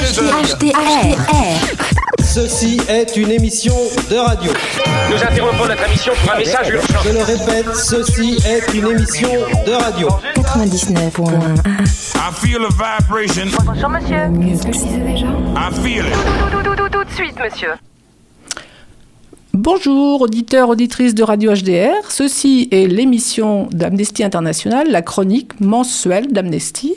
HDR. Ceci est une émission de radio. Nous interrompons notre émission pour un message urgent. Je le répète, ceci est une émission de radio. 99.1. I feel a vibration. Bonjour monsieur. Mieux précisé déjà. I feel it. Tout de suite monsieur. Bonjour auditeurs, auditrices de Radio HDR. Ceci est l'émission d'Amnesty International, la chronique mensuelle d'Amnesty.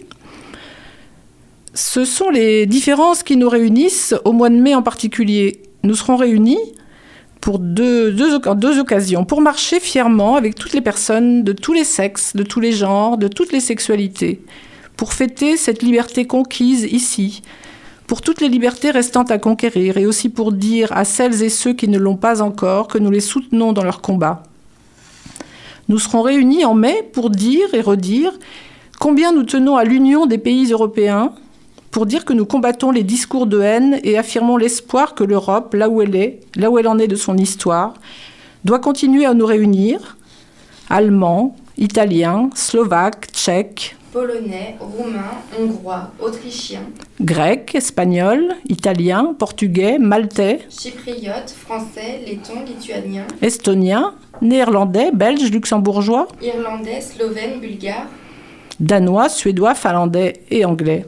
Ce sont les différences qui nous réunissent au mois de mai en particulier. Nous serons réunis pour deux occasions, pour marcher fièrement avec toutes les personnes de tous les sexes, de tous les genres, de toutes les sexualités, pour fêter cette liberté conquise ici, pour toutes les libertés restantes à conquérir, et aussi pour dire à celles et ceux qui ne l'ont pas encore que nous les soutenons dans leur combat. Nous serons réunis en mai pour dire et redire combien nous tenons à l'union des pays européens, pour dire que nous combattons les discours de haine et affirmons l'espoir que l'Europe, là où elle en est de son histoire, doit continuer à nous réunir, Allemands, Italiens, Slovaques, Tchèques, Polonais, Roumains, Hongrois, Autrichiens, Grecs, Espagnols, Italiens, Portugais, Maltais, Chypriotes, Français, Lettons, Lituaniens, Estoniens, Néerlandais, Belges, Luxembourgeois, Irlandais, Slovènes, Bulgares, Danois, Suédois, Finlandais et Anglais.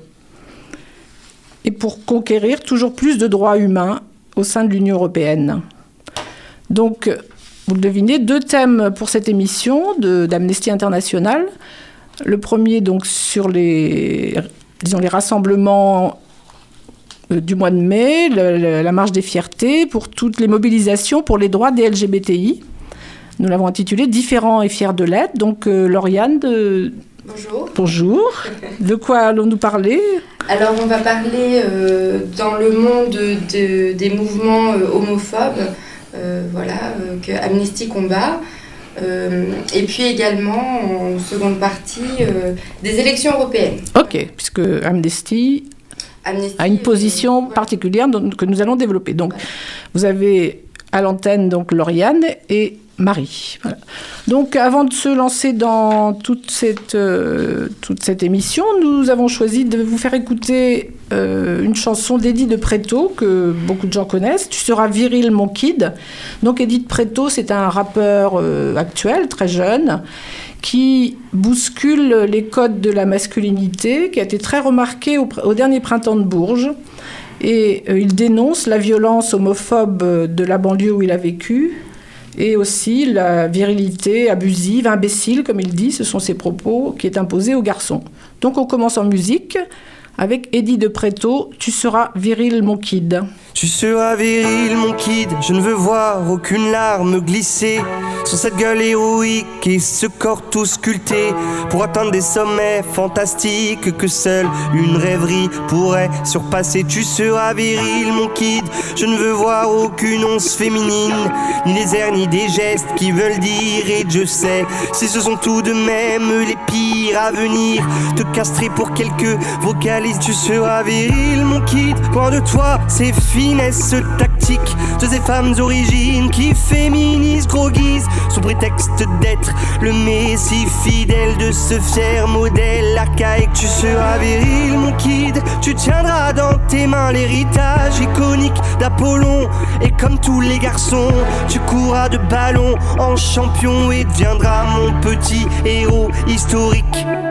Et pour conquérir toujours plus de droits humains au sein de l'Union européenne. Donc, vous le devinez, 2 thèmes pour cette émission d'Amnesty International. Le premier, donc, sur les rassemblements du mois de mai, la marche des fiertés, pour toutes les mobilisations pour les droits des LGBTI. Nous l'avons intitulé « Différents et fiers de l'être ». Donc, Lauriane, Bonjour. De quoi allons-nous parler ? Alors, on va parler dans le monde des mouvements homophobes, que Amnesty combat. Et puis également, en seconde partie, des élections européennes. Ok, puisque Amnesty a une position particulière que nous allons développer. Donc, vous avez à l'antenne donc Lauriane et Marie. Voilà. Donc, avant de se lancer dans toute cette émission, nous avons choisi de vous faire écouter une chanson d'Eddie de Pretto que beaucoup de gens connaissent. Tu seras viril, mon kid. Donc, Eddie de Pretto, c'est un rappeur actuel, très jeune, qui bouscule les codes de la masculinité, qui a été très remarqué au dernier printemps de Bourges. Et il dénonce la violence homophobe de la banlieue où il a vécu. Et aussi la virilité abusive, imbécile, comme il dit, ce sont ses propos, qui est imposée aux garçons. Donc on commence en musique avec Eddie de Pretto, Tu seras viril, mon kid. Tu seras viril, mon kid, je ne veux voir aucune larme glisser sur cette gueule héroïque et ce corps tout sculpté pour atteindre des sommets fantastiques que seule une rêverie pourrait surpasser. Tu seras viril, mon kid, je ne veux voir aucune once féminine, ni les airs ni des gestes qui veulent dire. Et je sais, si ce sont tout de même les pires à venir, te castrer pour quelques vocalises. Tu seras viril, mon kid, loin de toi ces finesses tactiques de ces femmes origines qui féminisent, gros guise, sous prétexte d'être le messie fidèle de ce fier modèle archaïque. Tu seras viril, mon kid, tu tiendras dans tes mains l'héritage iconique d'Apollon. Et comme tous les garçons, tu courras de ballon en champion et deviendras mon petit héros historique.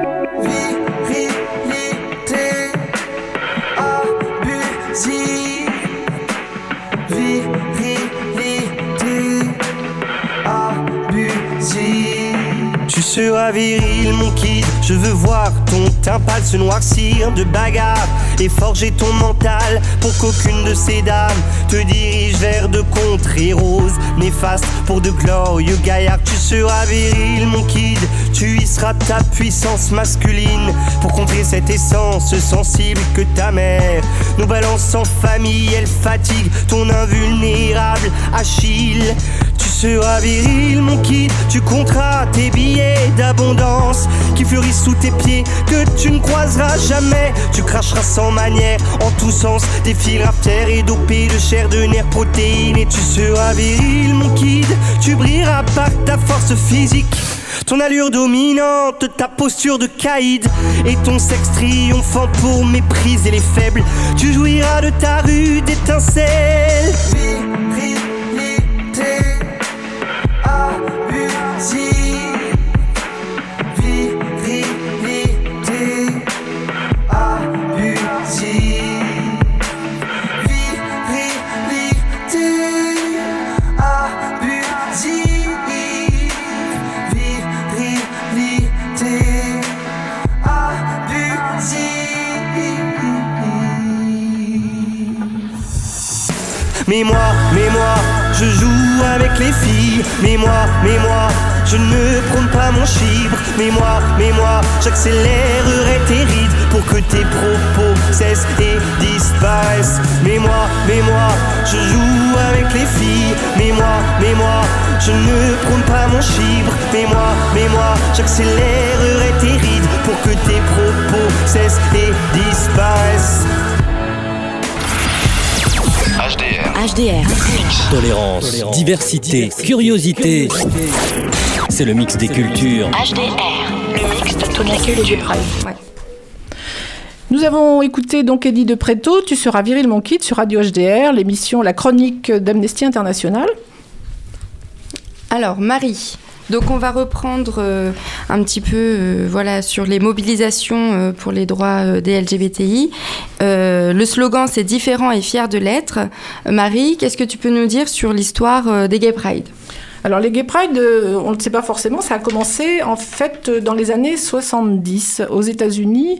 Tu seras viril, mon kid, je veux voir ton teint pâle se noircir de bagarre et forger ton mental pour qu'aucune de ces dames te dirige vers de contrées roses néfastes pour de glorieux gaillards. Tu seras viril, mon kid, tu y seras ta puissance masculine pour contrer cette essence sensible que ta mère nous balance en famille. Elle fatigue ton invulnérable Achille. Tu seras viril, mon kid, tu compteras tes billets d'abondance qui fleurissent sous tes pieds, que tu ne croiseras jamais. Tu cracheras sans manière en tous sens des fils raftaires et dopés de chair, de nerfs, protéines. Et tu seras viril, mon kid, tu brilleras par ta force physique Ton allure dominante, ta posture de caïd et ton sexe triomphant pour mépriser les faibles. Tu jouiras de ta rude étincelle. Virilité abusive. Virilité abusive. Mais moi, je joue avec les filles. Mais moi, je ne prône pas mon chibre. Mais moi, j'accélérerai tes rides pour que tes propos cessent et disparaissent. Mais moi, je joue avec les filles. Mais moi, je ne prône pas mon chibre. Mais moi, j'accélérerai tes rides pour que tes propos cessent et disparaissent. HDR. Tolérance, diversité, curiosité. C'est le mix des cultures. HDR, le mix de toutes les cultures. Ouais. Nous avons écouté donc Eddie de Pretto, Tu seras viril mon kid sur Radio HDR, l'émission La Chronique d'Amnesty International. Alors Marie, donc on va reprendre un petit peu sur les mobilisations pour les droits des LGBTI. Le slogan c'est différent et fier de l'être. Marie, qu'est-ce que tu peux nous dire sur l'histoire des Gay Pride ? Alors les Gay Pride, on ne le sait pas forcément, ça a commencé en fait dans les années 70 aux États-Unis.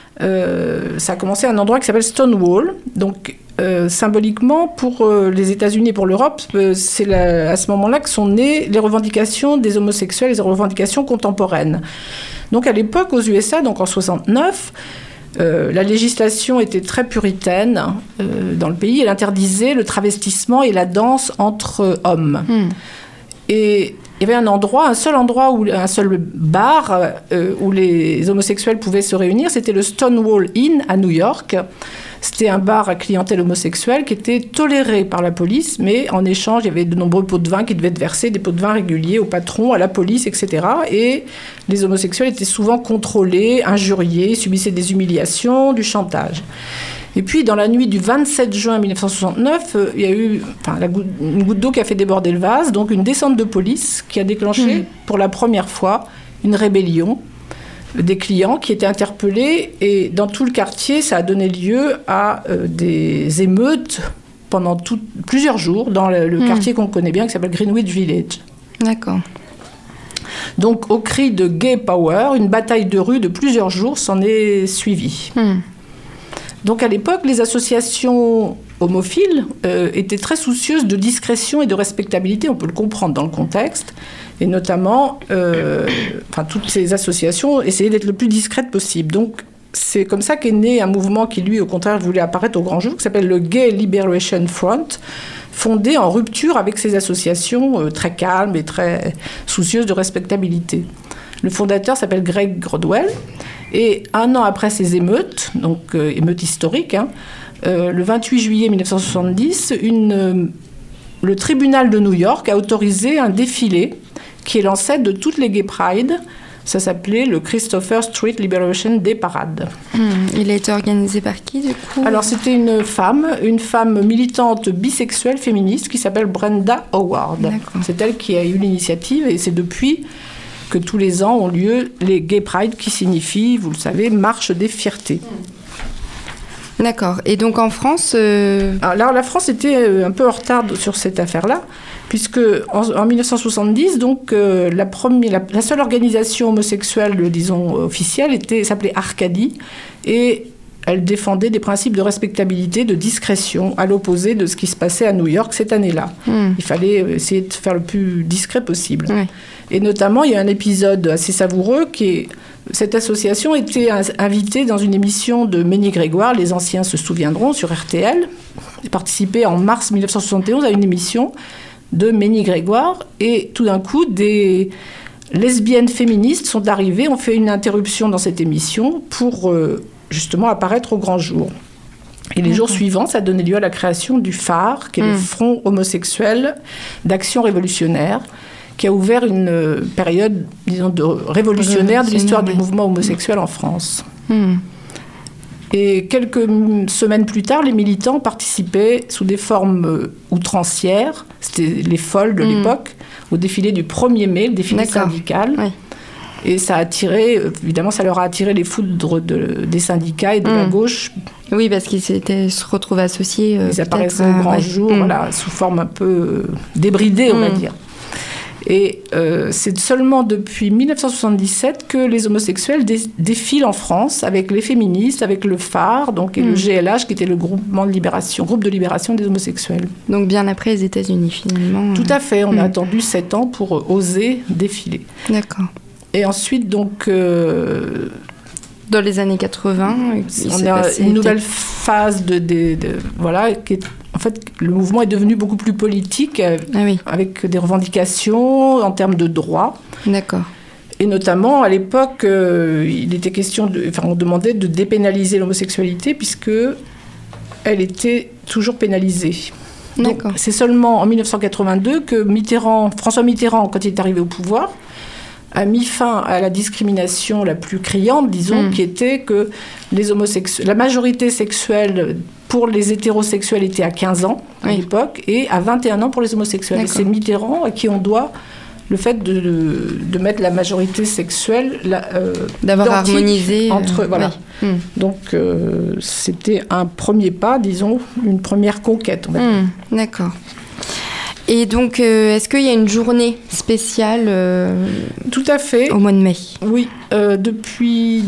Ça a commencé à un endroit qui s'appelle Stonewall. Donc symboliquement pour les États-Unis et pour l'Europe, c'est à ce moment-là que sont nées les revendications des homosexuels, les revendications contemporaines. Donc à l'époque aux USA, donc en 69, la législation était très puritaine dans le pays. Elle interdisait le travestissement et la danse entre hommes. Et il y avait un seul bar où les homosexuels pouvaient se réunir, c'était le Stonewall Inn à New York. C'était un bar à clientèle homosexuelle qui était toléré par la police, mais en échange, il y avait de nombreux pots de vin qui devaient être versés, des pots de vin réguliers au patron, à la police, etc. Et les homosexuels étaient souvent contrôlés, injuriés, subissaient des humiliations, du chantage. Et puis, dans la nuit du 27 juin 1969, il y a eu une goutte d'eau qui a fait déborder le vase, donc une descente de police qui a déclenché pour la première fois une rébellion des clients qui étaient interpellés. Et dans tout le quartier, ça a donné lieu à des émeutes pendant plusieurs jours dans le quartier qu'on connaît bien, qui s'appelle Greenwich Village. D'accord. Donc, au cri de Gay Power, une bataille de rue de plusieurs jours s'en est suivie. Donc à l'époque, les associations homophiles étaient très soucieuses de discrétion et de respectabilité, on peut le comprendre dans le contexte, et notamment, toutes ces associations essayaient d'être le plus discrètes possible. Donc c'est comme ça qu'est né un mouvement qui, lui, au contraire, voulait apparaître au grand jour, qui s'appelle le Gay Liberation Front, fondé en rupture avec ces associations très calmes et très soucieuses de respectabilité. Le fondateur s'appelle Greg Grodwell. Et un an après ces émeutes, donc émeutes historiques, le 28 juillet 1970, le tribunal de New York a autorisé un défilé qui est l'ancêtre de toutes les Gay Pride. Ça s'appelait le Christopher Street Liberation Day Parade. Il a été organisé par qui, du coup ? Alors, c'était une femme militante bisexuelle féministe qui s'appelle Brenda Howard. D'accord. C'est elle qui a eu l'initiative et c'est depuis que tous les ans ont lieu les Gay Pride qui signifie, vous le savez, marche des fiertés. D'accord. Et donc en France... Alors la France était un peu en retard sur cette affaire-là, puisque en 1970, donc, la seule organisation homosexuelle, disons, officielle s'appelait Arcadie, et elle défendait des principes de respectabilité, de discrétion, à l'opposé de ce qui se passait à New York cette année-là. Il fallait essayer de faire le plus discret possible. Oui. Et notamment, il y a un épisode assez savoureux cette association était invitée dans une émission de Ménie Grégoire, les anciens se souviendront, sur RTL. Elle participait en mars 1971 à une émission de Ménie Grégoire, et tout d'un coup, des lesbiennes féministes sont arrivées, ont fait une interruption dans cette émission pour justement apparaître au grand jour. Et les jours suivants, ça a donné lieu à la création du phare, qui est le Front homosexuel d'action révolutionnaire, qui a ouvert une période, disons, révolutionnaire de l'histoire du mouvement homosexuel en France. Et quelques semaines plus tard, les militants participaient sous des formes outrancières, c'était les folles de l'époque, au défilé du 1er mai, le défilé syndical. Oui. Et ça a attiré, évidemment, ça leur a attiré les foudres des syndicats et de la gauche. Oui, parce qu'ils se retrouvent associés. Ils apparaissaient au grand jour, voilà, sous forme un peu débridée, on va dire. Et c'est seulement depuis 1977 que les homosexuels défilent en France avec les féministes, avec le Phare, donc, et le GLH, qui était le groupe de libération des homosexuels. Donc bien après les États-Unis, finalement. Tout à fait. On a attendu 7 ans pour oser défiler. D'accord. Et ensuite, donc... dans les années 80, on a une nouvelle phase voilà, qui est, en fait, le mouvement est devenu beaucoup plus politique, avec des revendications en termes de droits. D'accord. Et notamment, à l'époque, il était question on demandait de dépénaliser l'homosexualité, puisque elle était toujours pénalisée. D'accord. Donc, c'est seulement en 1982 que François Mitterrand, quand il est arrivé au pouvoir, a mis fin à la discrimination la plus criante, disons, qui était que la majorité sexuelle pour les hétérosexuels était à 15 ans à l'époque et à 21 ans pour les homosexuels. Et c'est Mitterrand à qui on doit le fait de mettre la majorité sexuelle d'avoir harmonisé entre voilà. Donc c'était un premier pas, disons, une première conquête, on va dire. D'accord. Et donc, est-ce qu'il y a une journée spéciale Tout à fait. Au mois de mai? Oui. Depuis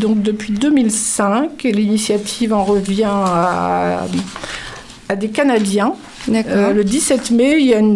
2005, l'initiative en revient à des Canadiens. D'accord. Le 17 mai, il y a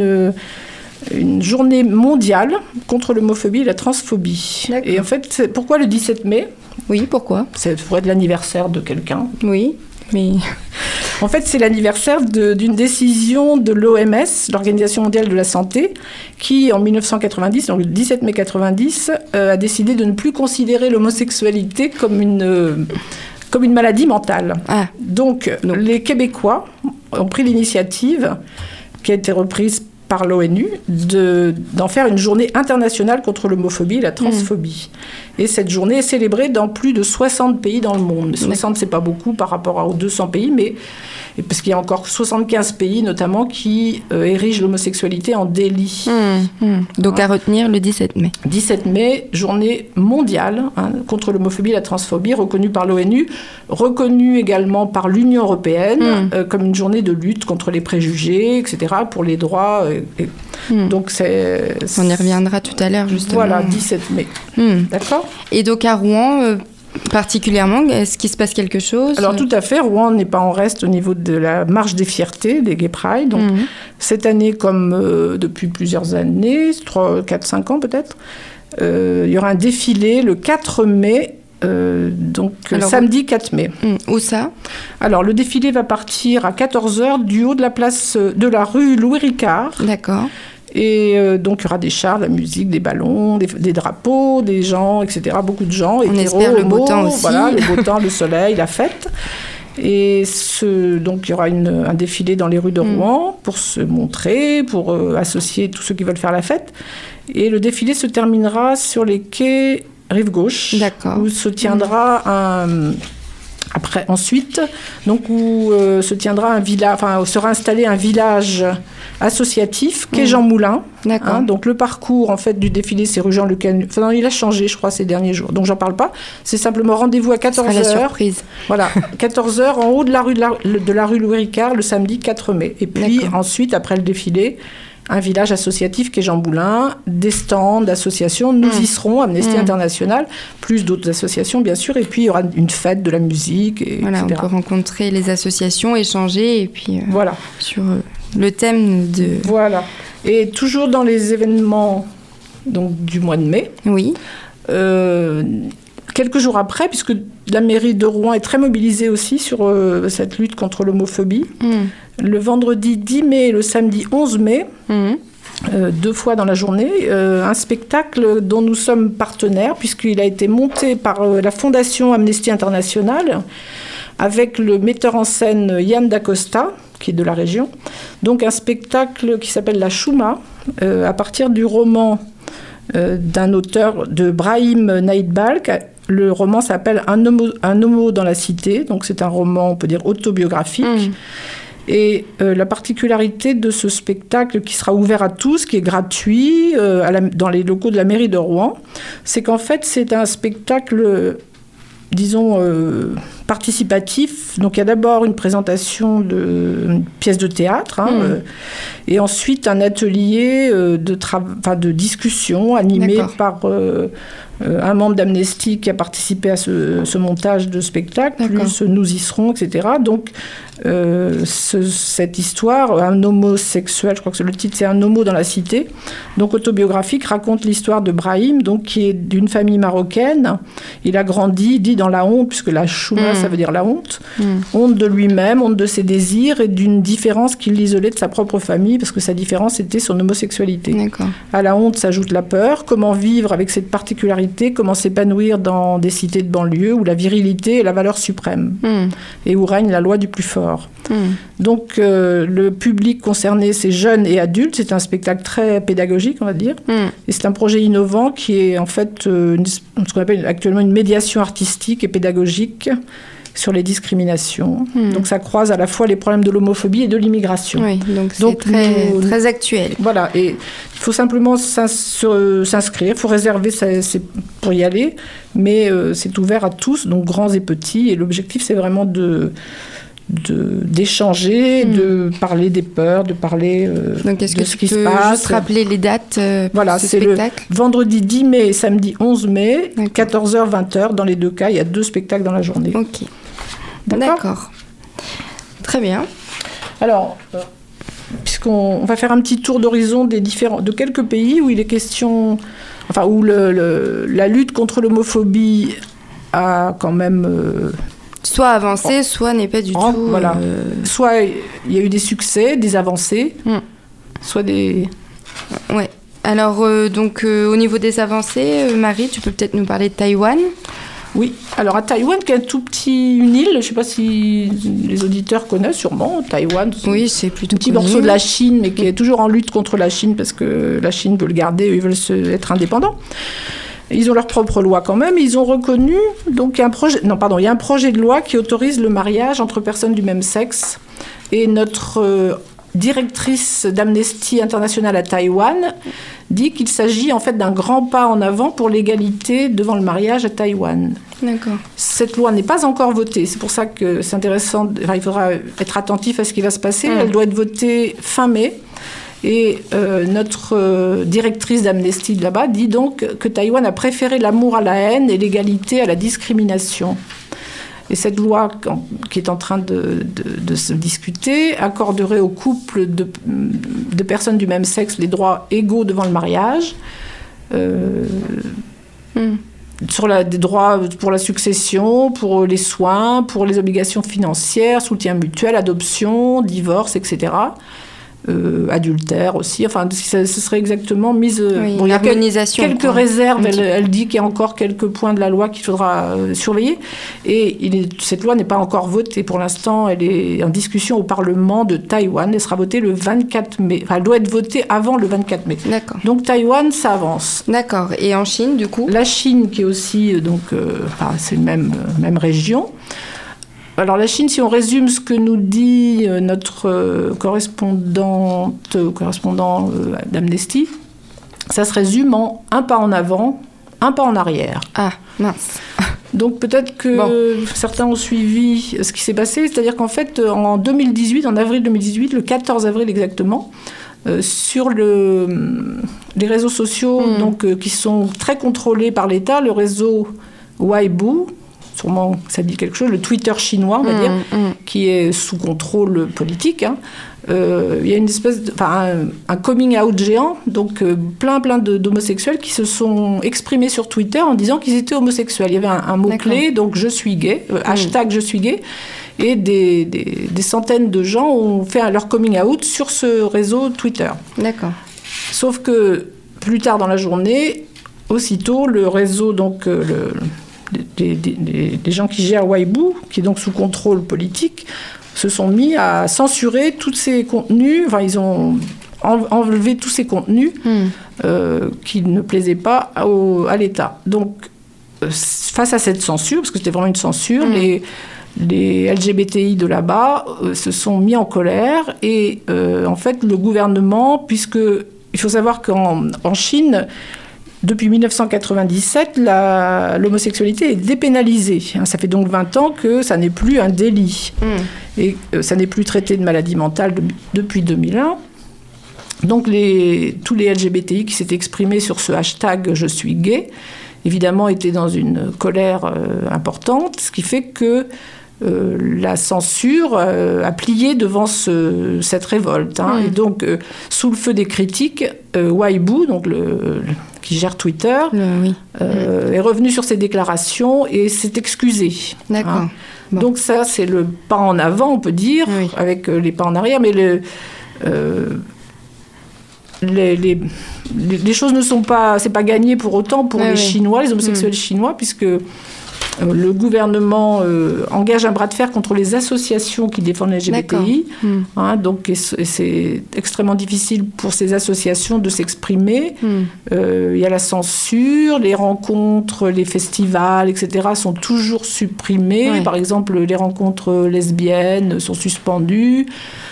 une journée mondiale contre l'homophobie et la transphobie. D'accord. Et en fait, pourquoi le 17 mai? Oui, pourquoi? Ça pourrait être l'anniversaire de quelqu'un. Oui, mais... En fait, c'est l'anniversaire d'une décision de l'OMS, l'Organisation mondiale de la santé, qui, en 1990, donc le 17 mai 1990, a décidé de ne plus considérer l'homosexualité comme une maladie mentale. Ah. Donc, les Québécois ont pris l'initiative, qui a été reprise par l'ONU, d'en faire une journée internationale contre l'homophobie et la transphobie. Et cette journée est célébrée dans plus de 60 pays dans le monde. 60, c'est pas beaucoup par rapport aux 200 pays, mais parce qu'il y a encore 75 pays, notamment, qui érigent l'homosexualité en délit. Donc à retenir le 17 mai. 17 mai, journée mondiale contre l'homophobie et la transphobie, reconnue par l'ONU, reconnue également par l'Union européenne comme une journée de lutte contre les préjugés, etc., pour les droits. Donc on y reviendra tout à l'heure, justement. Voilà, 17 mai. D'accord. Et donc à Rouen... particulièrement, est-ce qu'il se passe quelque chose? Alors tout à fait, Rouen n'est pas en reste au niveau de la marche des fiertés, des Gay Pride. Donc, cette année, comme depuis plusieurs années, 3, 4, 5 ans peut-être, il y aura un défilé le 4 mai, samedi 4 mai. Où ça? Alors le défilé va partir à 14h du haut de la place de la rue Louis Ricard. D'accord. Et donc, il y aura des chars, de la musique, des ballons, des drapeaux, des gens, etc. Beaucoup de gens. On espère le beau temps aussi. Voilà, le beau temps, le soleil, la fête. Et donc, il y aura un défilé dans les rues de Rouen pour se montrer, pour associer tous ceux qui veulent faire la fête. Et le défilé se terminera sur les quais rive gauche. D'accord. Où se tiendra ensuite, où se tiendra un village, sera installé un village associatif, quai Jean Moulin. D'accord. Donc le parcours en fait du défilé, c'est rue Jean Le Canu. Il a changé, je crois, ces derniers jours. Donc j'en parle pas. C'est simplement rendez-vous à 14h. C'est la surprise. Voilà, 14h en haut de la rue Louis Ricard le samedi 4 mai. Et puis ensuite, après le défilé, un village associatif qui est Jean Moulin, des stands d'associations, nous y serons, Amnesty International, plus d'autres associations bien sûr, et puis il y aura une fête de la musique, etc. On peut rencontrer les associations, échanger, et puis voilà. Sur le thème de... Voilà, et toujours dans les événements du mois de mai, oui. Quelques jours après, puisque la mairie de Rouen est très mobilisée aussi sur cette lutte contre l'homophobie, le vendredi 10 mai et le samedi 11 mai, 2 fois dans la journée, un spectacle dont nous sommes partenaires, puisqu'il a été monté par la Fondation Amnesty International, avec le metteur en scène Yann Dacosta, qui est de la région. Donc un spectacle qui s'appelle La Chouma, à partir du roman d'un auteur de Brahim Naïdbalk. Le roman s'appelle Un homo dans la cité, donc c'est un roman, on peut dire, autobiographique. Et la particularité de ce spectacle qui sera ouvert à tous, qui est gratuit, dans les locaux de la mairie de Rouen, c'est qu'en fait c'est un spectacle, disons, participatif. Donc il y a d'abord une présentation d'une pièce de théâtre, et ensuite un atelier de discussion animé par un membre d'Amnesty qui a participé à ce montage de spectacle, plus Nous y serons, etc. Donc cette histoire, un homosexuel, je crois que le titre c'est Un homo dans la cité, donc autobiographique, raconte l'histoire de Brahim, donc qui est d'une famille marocaine. Il a grandi, dit dans la honte, puisque la chouma ça veut dire la honte, honte de lui-même, honte de ses désirs et d'une différence qui l'isolait de sa propre famille, parce que sa différence était son homosexualité. À la honte s'ajoute la peur, comment vivre avec cette particularité, comment s'épanouir dans des cités de banlieue où la virilité est la valeur suprême et où règne la loi du plus fort. Donc le public concerné, c'est jeunes et adultes. C'est un spectacle très pédagogique, on va dire. Et c'est un projet innovant qui est en fait ce qu'on appelle actuellement une médiation artistique et pédagogique sur les discriminations. Donc ça croise à la fois les problèmes de l'homophobie et de l'immigration. Oui, donc c'est très actuel. Voilà, et il faut simplement s'inscrire, il faut réserver pour y aller, mais c'est ouvert à tous, donc grands et petits, et l'objectif c'est vraiment d'échanger, de parler des peurs, de parler donc, est-ce de que ce qui se tu peux passe. juste rappeler les dates voilà, ce c'est spectacle ? Le vendredi 10 mai et samedi 11 mai, 14h, 20h. Dans les deux cas, il y a 2 spectacles dans la journée. Ok. D'accord. Très bien. Alors, puisqu'on va faire un petit tour d'horizon de quelques pays où il est question... Enfin, où la lutte contre l'homophobie a quand même... soit avancé, soit n'est pas du tout... Voilà. Soit il y a eu des succès, des avancées, soit des... Ouais. Alors, donc, au niveau des avancées, Marie, tu peux peut-être nous parler de Taïwan ? Oui. Alors, à Taïwan, qui est une île, je ne sais pas si les auditeurs connaissent sûrement, Taïwan. Oui, c'est plutôt un petit morceau de la Chine, mais qui est toujours en lutte contre la Chine, parce que la Chine veut le garder, eux, ils veulent être indépendants. Ils ont leur propre loi quand même. Ils ont reconnu, donc il y a un projet de loi qui autorise le mariage entre personnes du même sexe. Et notre directrice d'Amnesty International à Taïwan dit qu'il s'agit en fait d'un grand pas en avant pour l'égalité devant le mariage à Taïwan. D'accord. Cette loi n'est pas encore votée. C'est pour ça que c'est intéressant. Enfin, il faudra être attentif à ce qui va se passer. Elle doit être votée fin mai. Et notre directrice d'Amnesty de là-bas dit donc que Taïwan a préféré l'amour à la haine et l'égalité à la discrimination. Et cette loi qui est en train de se discuter accorderait aux couples de personnes du même sexe les droits égaux devant le mariage, sur des droits pour la succession, pour les soins, pour les obligations financières, soutien mutuel, adoption, divorce, etc. Adultère aussi, enfin ce serait exactement mise... il y a quelques réserves, elle dit qu'il y a encore quelques points de la loi qu'il faudra surveiller, et cette loi n'est pas encore votée pour l'instant, elle est en discussion au Parlement de Taïwan, elle sera votée le 24 mai, enfin elle doit être votée avant le 24 mai. D'accord. Donc Taïwan, ça avance. D'accord, et en Chine du coup ? La Chine qui est aussi, c'est la même région. Alors la Chine, si on résume ce que nous dit notre correspondant d'Amnesty, ça se résume en un pas en avant, un pas en arrière. Ah, mince. Donc peut-être que certains ont suivi ce qui s'est passé, c'est-à-dire qu'en fait, en 2018, en avril 2018, le 14 avril exactement, sur les réseaux sociaux qui sont très contrôlés par l'État, le réseau Weibo, sûrement ça dit quelque chose, le Twitter chinois, on va dire, qui est sous contrôle politique. Il y a une espèce un coming out géant, donc plein d'homosexuels qui se sont exprimés sur Twitter en disant qu'ils étaient homosexuels. Il y avait un mot-clé, donc je suis gay, hashtag je suis gay, et des centaines de gens ont fait leur coming out sur ce réseau Twitter. D'accord. Sauf que plus tard dans la journée, aussitôt, le réseau, donc des gens qui gèrent Weibo, qui est donc sous contrôle politique, se sont mis à censurer tous ces contenus. Enfin, ils ont enlevé tous ces contenus qui ne plaisaient pas à l'État. Donc, face à cette censure, parce que c'était vraiment une censure, les LGBTI de là-bas se sont mis en colère et en fait le gouvernement, puisque il faut savoir qu'en Chine, depuis 1997, l'homosexualité est dépénalisée. Ça fait donc 20 ans que ça n'est plus un délit. Et ça n'est plus traité de maladie mentale depuis 2001. Donc tous les LGBTI qui s'étaient exprimés sur ce hashtag « Je suis gay », évidemment étaient dans une colère importante, ce qui fait que la censure a plié devant cette révolte. Et donc, sous le feu des critiques, Weibo, donc qui gère Twitter, est revenu sur ses déclarations et s'est excusé. D'accord. Bon. Donc ça, c'est le pas en avant, on peut dire, avec les pas en arrière, mais les choses ne sont pas... C'est pas gagné pour autant pour les Chinois, les homosexuels chinois, puisque... le gouvernement engage un bras de fer contre les associations qui défendent les LGBTI. Donc, c'est extrêmement difficile pour ces associations de s'exprimer. Il y a la censure, les rencontres, les festivals, etc. sont toujours supprimés. Par exemple, les rencontres lesbiennes sont suspendues.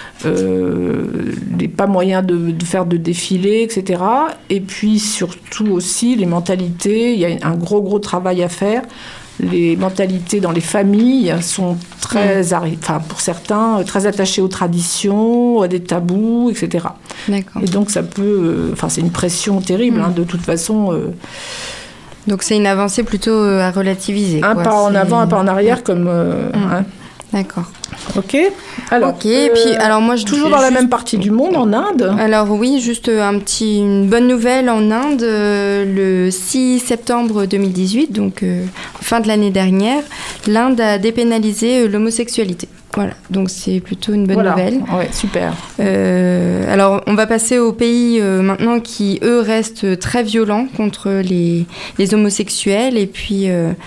Pas moyen de faire de défilés, etc. Et puis, surtout aussi, les mentalités. Il y a un gros travail à faire. Les mentalités dans les familles sont pour certains, très attachées aux traditions, à des tabous, etc. D'accord. Et donc, ça peut... c'est une pression terrible, de toute façon. Donc, c'est une avancée plutôt à relativiser. Un pas en avant, un pas en arrière, comme... D'accord. Ok. Alors, et puis, alors moi, toujours dans la même partie du monde, en Inde. Alors oui, juste une bonne nouvelle en Inde. Le 6 septembre 2018, donc fin de l'année dernière, l'Inde a dépénalisé l'homosexualité. Voilà, donc c'est plutôt une bonne nouvelle. Ouais, super. Alors, on va passer aux pays maintenant qui, eux, restent très violents contre les homosexuels et puis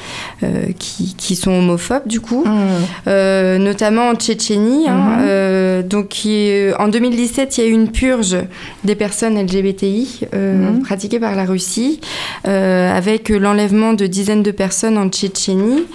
qui sont homophobes, du coup. Notamment en Tchétchénie. Donc, en 2017, il y a eu une purge des personnes LGBTI pratiquée par la Russie avec l'enlèvement de dizaines de personnes en Tchétchénie.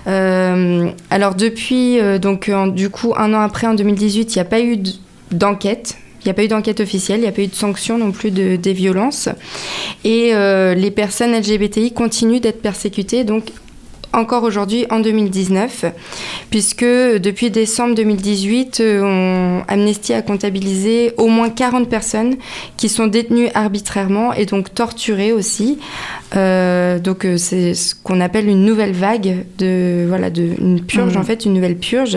Alors, depuis... du coup, un an après, en 2018, il n'y a pas eu d'enquête. Il n'y a pas eu d'enquête officielle, il n'y a pas eu de sanction non plus des violences. Et les personnes LGBTI continuent d'être persécutées, donc encore aujourd'hui, en 2019, puisque depuis décembre 2018, Amnesty a comptabilisé au moins 40 personnes qui sont détenues arbitrairement et donc torturées aussi. Donc c'est ce qu'on appelle une nouvelle vague une purge, en fait, une nouvelle purge.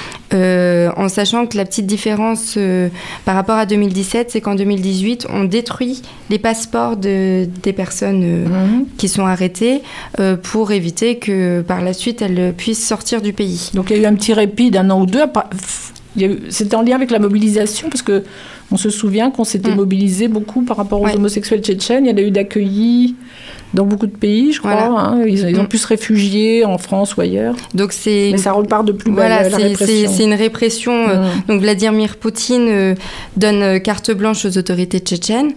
En sachant que la petite différence par rapport à 2017, c'est qu'en 2018, on détruit les passeports des personnes qui sont arrêtées pour éviter que par la suite, elles puissent sortir du pays. Donc il y a eu un petit répit d'un an ou deux. C'était en lien avec la mobilisation, parce qu'on se souvient qu'on s'était mobilisé beaucoup par rapport aux homosexuels tchétchènes. Il y en a eu d'accueillis dans beaucoup de pays, je crois. Ils ont pu se réfugier en France ou ailleurs. Donc mais ça repart de plus belle, la répression. C'est une répression. Donc Vladimir Poutine donne carte blanche aux autorités tchétchènes.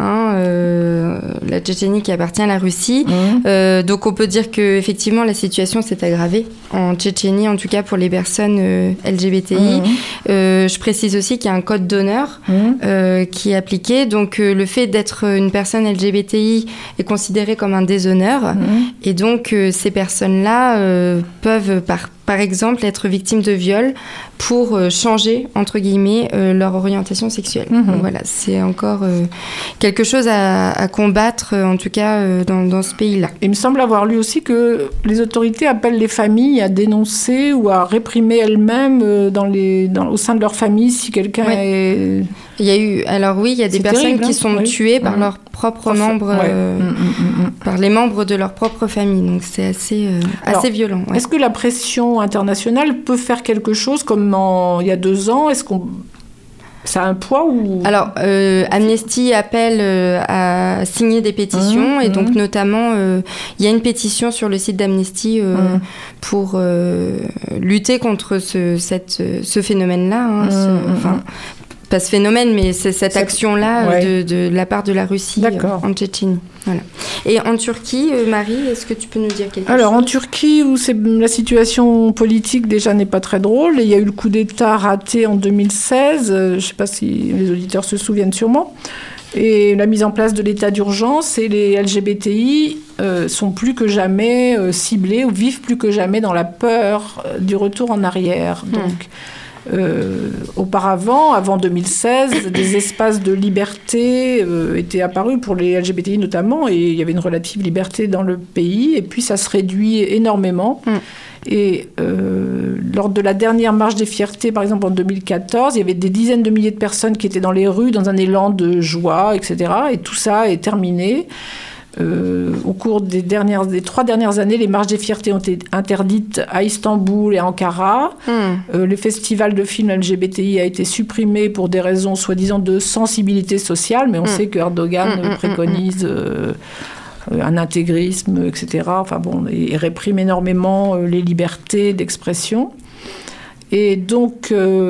La Tchétchénie qui appartient à la Russie. Donc on peut dire qu'effectivement la situation s'est aggravée en Tchétchénie, en tout cas pour les personnes LGBTI. Je précise aussi qu'il y a un code d'honneur qui est appliqué. Donc le fait d'être une personne LGBTI est considéré comme un déshonneur. Et donc, ces personnes-là peuvent, par exemple, être victimes de viol pour changer, entre guillemets, leur orientation sexuelle. Donc, voilà, c'est encore quelque chose à combattre, en tout cas, dans ce pays-là. Il me semble avoir lu aussi que les autorités appellent les familles à dénoncer ou à réprimer elles-mêmes au sein de leur famille si quelqu'un est... Il y a eu, il y a des personnes qui sont tuées par leurs propres membres, par les membres de leur propre famille. Donc c'est assez violent. Ouais. Est-ce que la pression internationale peut faire quelque chose comme il y a 2 ans? Est-ce qu'on ça a un poids ou... Alors, Amnesty appelle à signer des pétitions et donc notamment, il y a une pétition sur le site d'Amnesty pour lutter contre ce phénomène-là. pas ce phénomène, mais c'est cette action-là de la part de la Russie en Tchétchénie. Voilà. Et en Turquie, Marie, est-ce que tu peux nous dire quelque chose ? Alors, en Turquie, où la situation politique déjà n'est pas très drôle, il y a eu le coup d'État raté en 2016, je ne sais pas si les auditeurs se souviennent sûrement, et la mise en place de l'état d'urgence, et les LGBTI sont plus que jamais ciblés, ou vivent plus que jamais dans la peur du retour en arrière. Donc, auparavant, avant 2016, des espaces de liberté étaient apparus pour les LGBTI notamment, et il y avait une relative liberté dans le pays, et puis ça se réduit énormément. Et lors de la dernière marche des fiertés, par exemple en 2014, il y avait des dizaines de milliers de personnes qui étaient dans les rues dans un élan de joie, etc. Et tout ça est terminé. Au cours des 3 dernières années, les marches des fiertés ont été interdites à Istanbul et à Ankara. Le festival de films LGBTI a été supprimé pour des raisons soi-disant de sensibilité sociale, mais on sait que Erdogan préconise un intégrisme, etc. Enfin bon, et réprime énormément les libertés d'expression. Et donc,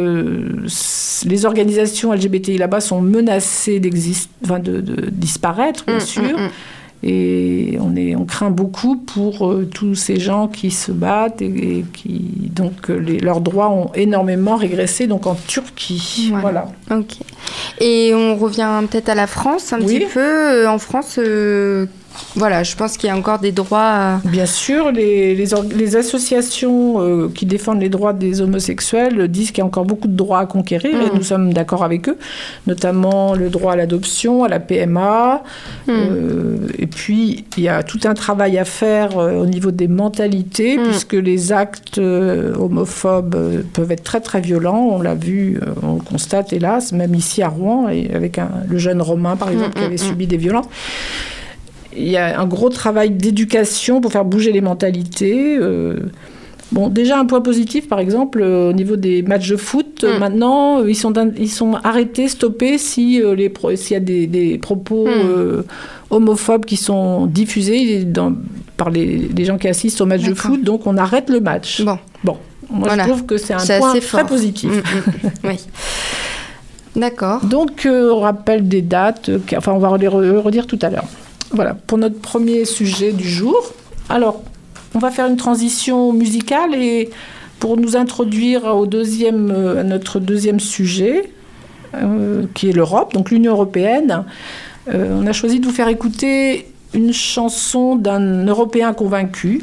les organisations LGBTI là-bas sont menacées de disparaître, bien sûr. Et on craint beaucoup pour tous ces gens qui se battent et qui, donc, leurs droits ont énormément régressé, donc en Turquie. Voilà. Ok. Et on revient peut-être à la France un petit peu. En France, voilà, je pense qu'il y a encore des droits. Bien sûr, les associations qui défendent les droits des homosexuels disent qu'il y a encore beaucoup de droits à conquérir, et nous sommes d'accord avec eux, notamment le droit à l'adoption, à la PMA. Et puis, il y a tout un travail à faire au niveau des mentalités, puisque les actes homophobes peuvent être très, très violents. On l'a vu, on le constate, hélas, même ici à Rouen, et avec le jeune Romain, par exemple, qui avait subi des violences. Il y a un gros travail d'éducation pour faire bouger les mentalités. Bon, déjà, un point positif, par exemple, au niveau des matchs de foot, maintenant, ils sont arrêtés, stoppés s'il y a des propos homophobes qui sont diffusés par les gens qui assistent au match de foot. Donc, on arrête le match. Bon. Moi, je trouve que c'est un point très positif. Oui. D'accord. Donc, on rappelle des dates, on va les redire tout à l'heure. Voilà, pour notre premier sujet du jour. Alors, on va faire une transition musicale et pour nous introduire à notre deuxième sujet, qui est l'Europe, donc l'Union européenne, on a choisi de vous faire écouter une chanson d'un Européen convaincu,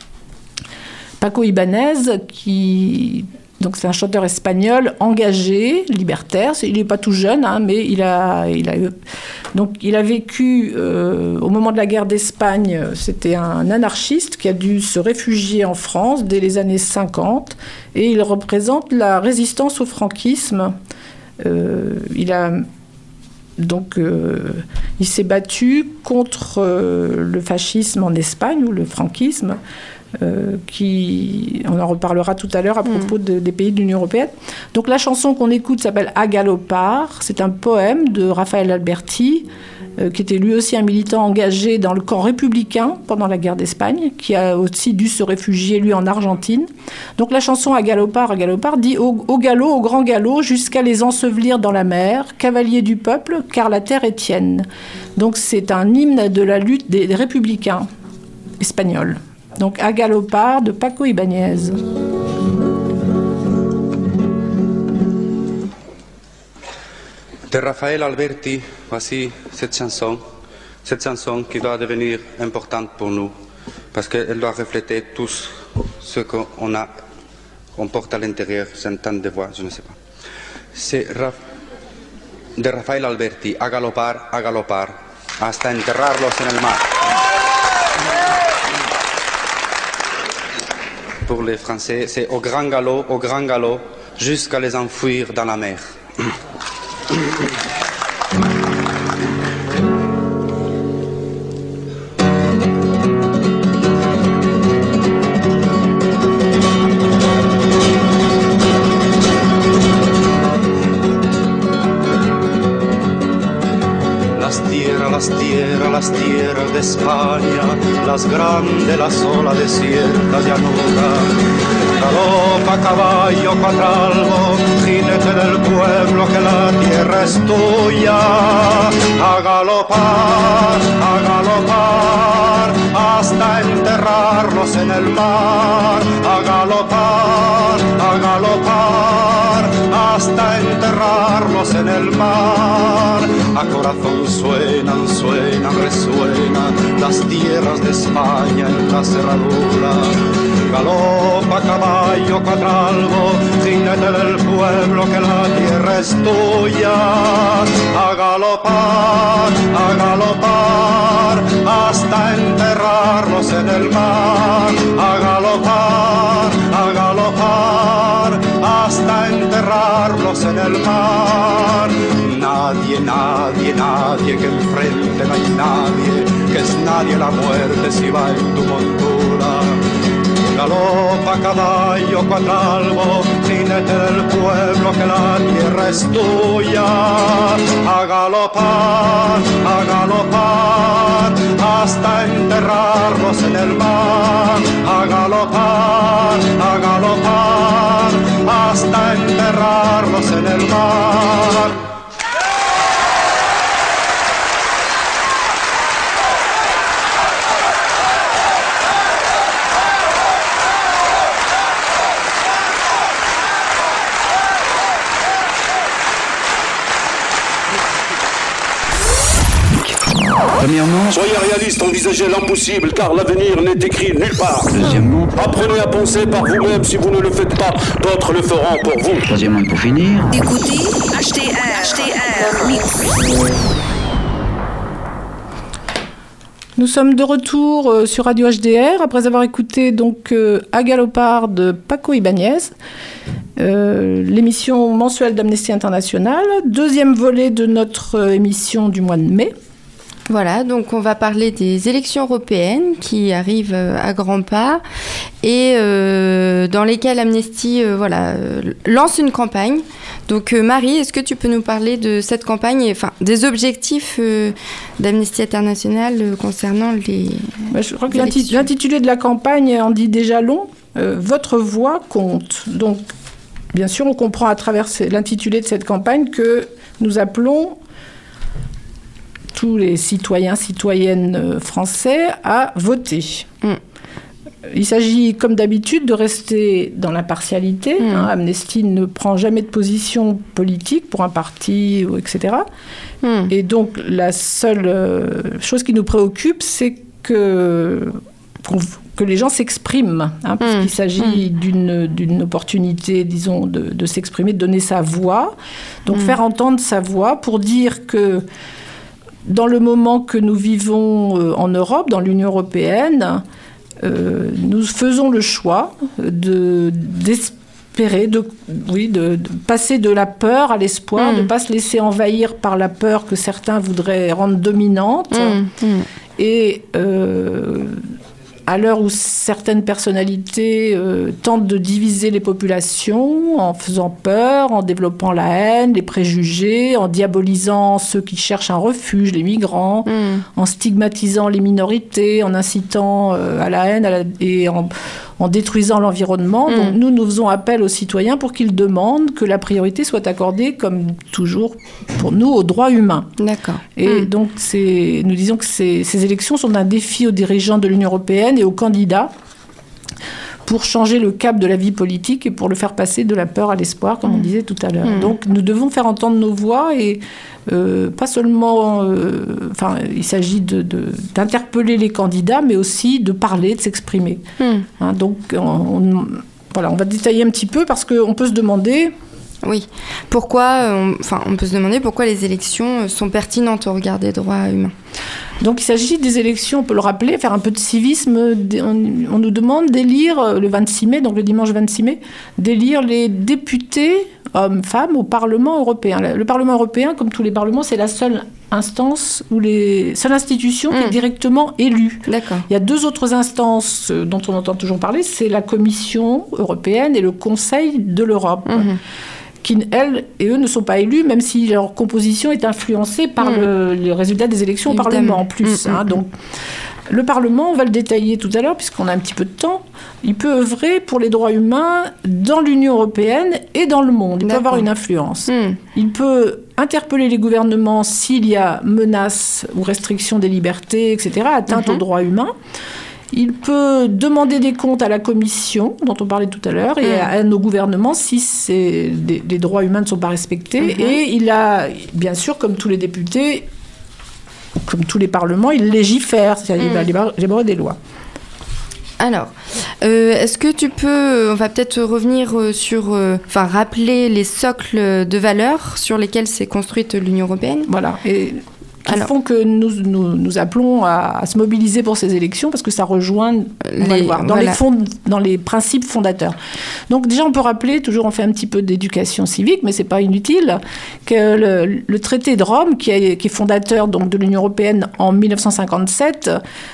Paco Ibáñez, donc c'est un chanteur espagnol engagé, libertaire. Il n'est pas tout jeune, mais il a vécu au moment de la guerre d'Espagne. C'était un anarchiste qui a dû se réfugier en France dès les années 50, et il représente la résistance au franquisme. Il s'est battu contre le fascisme en Espagne, ou le franquisme. On en reparlera tout à l'heure à propos des pays de l'Union européenne. Donc la chanson qu'on écoute s'appelle « A Galopar ». C'est un poème de Rafael Alberti, qui était lui aussi un militant engagé dans le camp républicain pendant la guerre d'Espagne, qui a aussi dû se réfugier, lui, en Argentine. Donc la chanson « A Galopar » dit « Au galop, au grand galop, jusqu'à les ensevelir dans la mer, cavaliers du peuple, car la terre est tienne ». Donc c'est un hymne de la lutte des républicains espagnols. Donc, A Galopar de Paco Ibáñez. De Rafael Alberti, voici cette chanson qui doit devenir importante pour nous, parce qu'elle doit refléter tout ce qu'on porte à l'intérieur, j'entends des voix, je ne sais pas. C'est de Rafael Alberti, a galopar, hasta enterrarlos en el mar. Pour les Français, c'est au grand galop, jusqu'à les enfouir dans la mer. las tierras de España, las grandes, las olas desiertas llanuras. Galopa caballo cuatralbo, jinete del pueblo, que la tierra es tuya. A galopar, hasta enterrarlos en el mar. A galopar, hasta enterrarlos en el mar. A corazón suenan, resuenan las tierras de España en la cerradura. Galopa caballo cuatralbo, jinete del pueblo, que la tierra es tuya. A galopar, hasta enterrarlos en el mar. A galopar, hasta enterrarlos en el mar. Nadie que enfrente, no hay nadie, que es nadie la muerte si va en tu montura. Galopa caballo cuatralbo, jinete del pueblo, que la tierra es tuya. A galopar, hasta enterrarlos en el mar. A galopar, hasta enterrarlos en el mar. Premièrement, soyez réaliste, envisagez l'impossible, car l'avenir n'est écrit nulle part. Deuxièmement, apprenez à penser par vous-même. Si vous ne le faites pas, d'autres le feront pour vous. Troisièmement, pour finir, écoutez HDR Mix. Nous sommes de retour sur Radio HDR après avoir écouté donc À Galopard de Paco Ibáñez, l'émission mensuelle d'Amnesty International, deuxième volet de notre émission du mois de mai. Voilà, donc on va parler des élections européennes qui arrivent à grands pas et dans lesquelles Amnesty lance une campagne. Donc Marie, est-ce que tu peux nous parler de cette campagne et des objectifs d'Amnesty International concernant les je crois que l'intitulé de la campagne en dit déjà long. Votre voix compte. Donc, bien sûr, on comprend à travers l'intitulé de cette campagne que nous appelons tous les citoyennes français à voter. Il s'agit, comme d'habitude, de rester dans l'impartialité. Amnesty ne prend jamais de position politique pour un parti, etc. Et donc, la seule chose qui nous préoccupe, c'est que les gens s'expriment, parce qu'il s'agit d'une opportunité, disons, de s'exprimer, de donner sa voix. Donc, faire entendre sa voix pour dire que dans le moment que nous vivons en Europe, dans l'Union européenne, nous faisons le choix d'espérer, de passer de la peur à l'espoir, de ne pas se laisser envahir par la peur que certains voudraient rendre dominante. Et à l'heure où certaines personnalités tentent de diviser les populations en faisant peur, en développant la haine, les préjugés, en diabolisant ceux qui cherchent un refuge, les migrants, en stigmatisant les minorités, en incitant à la haine et en détruisant l'environnement. Donc nous faisons appel aux citoyens pour qu'ils demandent que la priorité soit accordée, comme toujours pour nous, aux droits humains. D'accord. Et donc nous disons que ces élections sont un défi aux dirigeants de l'Union européenne et aux candidats pour changer le cap de la vie politique et pour le faire passer de la peur à l'espoir, comme on disait tout à l'heure. Donc nous devons faire entendre nos voix et pas seulement... il s'agit d'interpeller les candidats, mais aussi de parler, de s'exprimer. Donc on va détailler un petit peu parce qu'on peut se demander... Oui. On peut se demander pourquoi les élections sont pertinentes au regard des droits humains. Donc il s'agit des élections, on peut le rappeler, faire un peu de civisme. On nous demande d'élire le 26 mai, donc le dimanche 26 mai, d'élire les députés hommes, femmes au Parlement européen. Le Parlement européen, comme tous les parlements, c'est la seule instance seule institution qui est directement élue. D'accord. Il y a deux autres instances dont on entend toujours parler, c'est la Commission européenne et le Conseil de l'Europe. qui, elles et eux, ne sont pas élus, même si leur composition est influencée par les résultats des élections au Parlement en plus. Donc, le Parlement, on va le détailler tout à l'heure, puisqu'on a un petit peu de temps, il peut œuvrer pour les droits humains dans l'Union européenne et dans le monde. Il peut avoir une influence. Il peut interpeller les gouvernements s'il y a menace ou restriction des libertés, etc., atteinte aux droits humains. Il peut demander des comptes à la Commission, dont on parlait tout à l'heure, et à nos gouvernements si les droits humains ne sont pas respectés. Et il a, bien sûr, comme tous les députés, comme tous les parlements, il légifère, c'est-à-dire il va élaborer des lois. Alors, est-ce que tu peux, on va peut-être revenir sur, rappeler les socles de valeurs sur lesquels s'est construite l'Union européenne ? Voilà, et qui font que nous appelons à se mobiliser pour ces élections, parce que ça rejoint, on va le voir, dans les principes fondateurs. Donc déjà, on peut rappeler, toujours on fait un petit peu d'éducation civique, mais c'est pas inutile, que le traité de Rome, qui est fondateur donc, de l'Union européenne en 1957,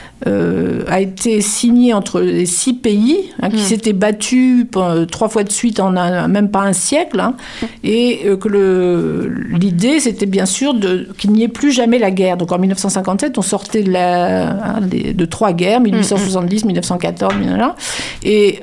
a été signé entre les 6 pays qui s'étaient battus 3 fois de suite en même pas un siècle, et que l'idée c'était bien sûr qu'il n'y ait plus jamais la guerre. Donc en 1957 on sortait de 3 guerres, 1870, 1914, et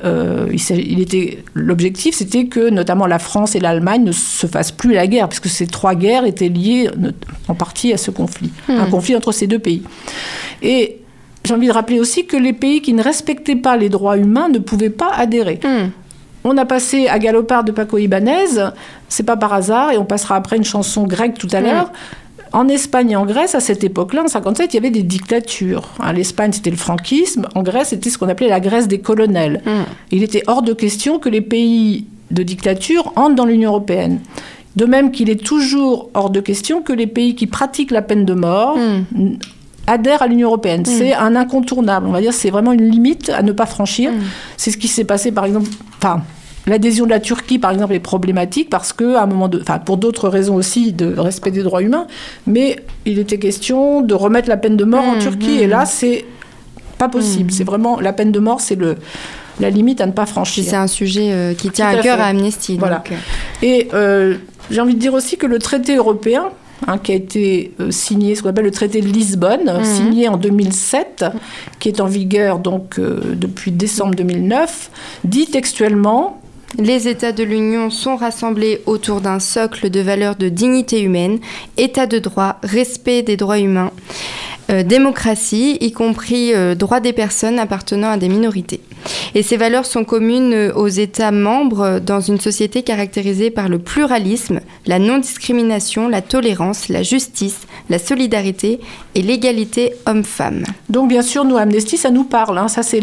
l'objectif c'était que notamment la France et l'Allemagne ne se fassent plus la guerre, parce que ces 3 guerres étaient liées en partie à ce conflit, un conflit entre ces 2 pays. Et j'ai envie de rappeler aussi que les pays qui ne respectaient pas les droits humains ne pouvaient pas adhérer. On a passé à Galopard de Paco Ibáñez, c'est pas par hasard, et on passera après une chanson grecque tout à l'heure. En Espagne et en Grèce, à cette époque-là, en 1957, il y avait des dictatures. L'Espagne, c'était le franquisme. En Grèce, c'était ce qu'on appelait la Grèce des colonels. Il était hors de question que les pays de dictature entrent dans l'Union européenne. De même qu'il est toujours hors de question que les pays qui pratiquent la peine de mort adhèrent à l'Union européenne. C'est un incontournable. On va dire c'est vraiment une limite à ne pas franchir. C'est ce qui s'est passé, par exemple... L'adhésion de la Turquie, par exemple, est problématique parce qu'à un moment pour d'autres raisons aussi de respect des droits humains, mais il était question de remettre la peine de mort en Turquie. Et là, c'est pas possible. C'est vraiment... La peine de mort, c'est la limite à ne pas franchir. C'est un sujet qui tient à cœur à Amnesty. Voilà. Donc. Et j'ai envie de dire aussi que le traité européen, qui a été signé, ce qu'on appelle le traité de Lisbonne, signé en 2007, qui est en vigueur donc, depuis décembre 2009, dit textuellement... Les États de l'Union sont rassemblés autour d'un socle de valeurs de dignité humaine, État de droit, respect des droits humains, démocratie, y compris droits des personnes appartenant à des minorités. Et ces valeurs sont communes aux États membres dans une société caractérisée par le pluralisme, la non-discrimination, la tolérance, la justice, la solidarité et l'égalité homme-femme. Donc bien sûr, nous, Amnesty, ça nous parle. Ça, c'est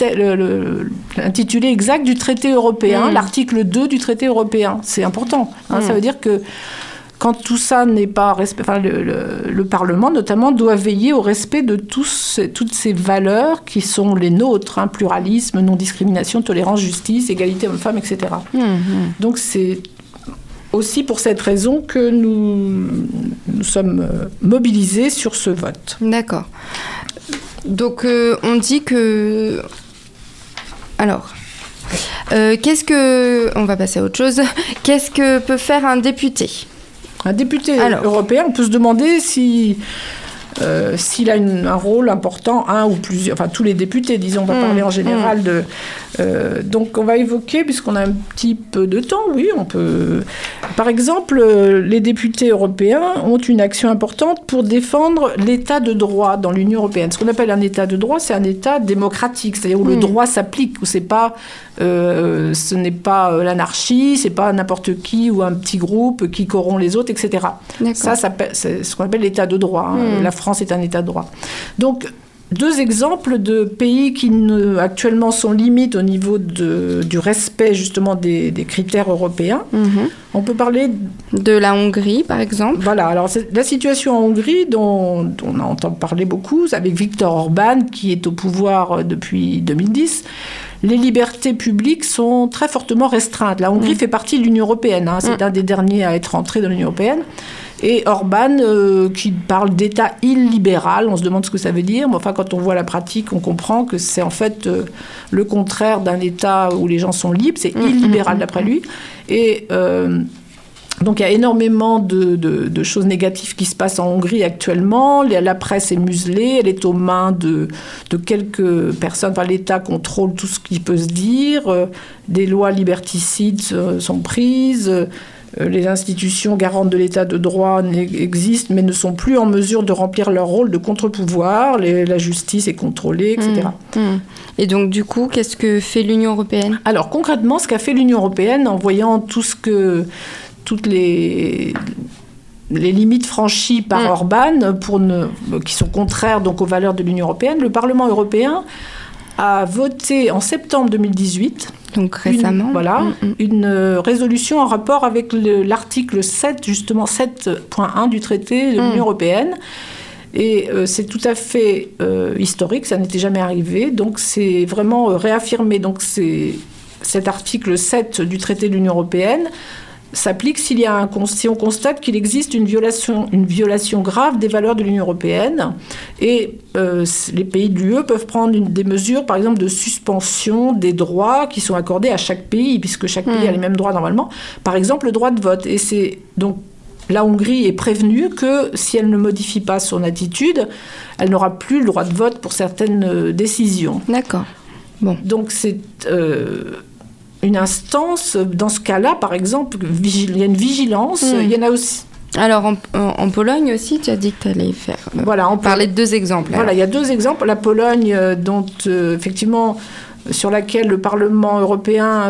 l'intitulé exact du traité européen, l'article 2 du traité européen. C'est important. Ça veut dire que quand tout ça n'est pas respecté, le Parlement, notamment, doit veiller au respect de toutes ces valeurs qui sont les nôtres, pluralisme, non-discrimination, tolérance, justice, égalité homme-femme, etc. Donc c'est aussi pour cette raison que nous sommes mobilisés sur ce vote. D'accord. Donc on dit que... Alors... On va passer à autre chose. Qu'est-ce que peut faire un député ? Un député européen, on peut se demander s'il a un rôle important, un ou plusieurs, tous les députés, disons, on va parler en général de... donc on va évoquer, puisqu'on a un petit peu de temps, oui, on peut... Par exemple, les députés européens ont une action importante pour défendre l'état de droit dans l'Union européenne. Ce qu'on appelle un état de droit, c'est un état démocratique, c'est-à-dire où le droit s'applique, où ce n'est pas l'anarchie, c'est pas n'importe qui ou un petit groupe qui corrompt les autres, etc. Ça, c'est ce qu'on appelle l'état de droit. La France est un état de droit. Donc, 2 exemples de pays qui actuellement sont limites au niveau du respect justement des critères européens. On peut parler de la Hongrie, par exemple. Voilà, alors c'est la situation en Hongrie dont on entend parler beaucoup, avec Viktor Orban qui est au pouvoir depuis 2010. Les libertés publiques sont très fortement restreintes. La Hongrie fait partie de l'Union européenne. C'est un des derniers à être entré dans l'Union européenne. Et Orban, qui parle d'État illibéral, on se demande ce que ça veut dire. Mais enfin, quand on voit la pratique, on comprend que c'est en fait le contraire d'un État où les gens sont libres. C'est illibéral d'après lui. Et Donc il y a énormément de choses négatives qui se passent en Hongrie actuellement. La presse est muselée, elle est aux mains de quelques personnes. Enfin, l'État contrôle tout ce qui peut se dire. Des lois liberticides sont prises. Les institutions garantes de l'état de droit existent, mais ne sont plus en mesure de remplir leur rôle de contre-pouvoir. La justice est contrôlée, etc. Et donc, du coup, qu'est-ce que fait l'Union européenne ? Alors, concrètement, ce qu'a fait l'Union européenne, en voyant toutes les limites franchies par Orban, qui sont contraires donc aux valeurs de l'Union européenne, le Parlement européen a voté en septembre 2018... Donc récemment. Une résolution en rapport avec l'article 7, justement 7.1 du traité de l'Union européenne. Et c'est tout à fait historique, ça n'était jamais arrivé. Donc c'est vraiment réaffirmé. Donc cet article 7 du traité de l'Union européenne s'applique si on constate qu'il existe une violation grave des valeurs de l'Union européenne. Et les pays de l'UE peuvent prendre des mesures, par exemple, de suspension des droits qui sont accordés à chaque pays, puisque chaque pays a les mêmes droits normalement. Par exemple, le droit de vote. Et c'est donc la Hongrie est prévenue que si elle ne modifie pas son attitude, elle n'aura plus le droit de vote pour certaines décisions. D'accord. Bon. Donc c'est une instance, dans ce cas-là, par exemple, il y a une vigilance, il y en a aussi... Alors, en Pologne aussi, tu as dit que tu allais faire... parler de 2 exemples. Voilà, il y a 2 exemples. La Pologne, effectivement, sur laquelle le Parlement européen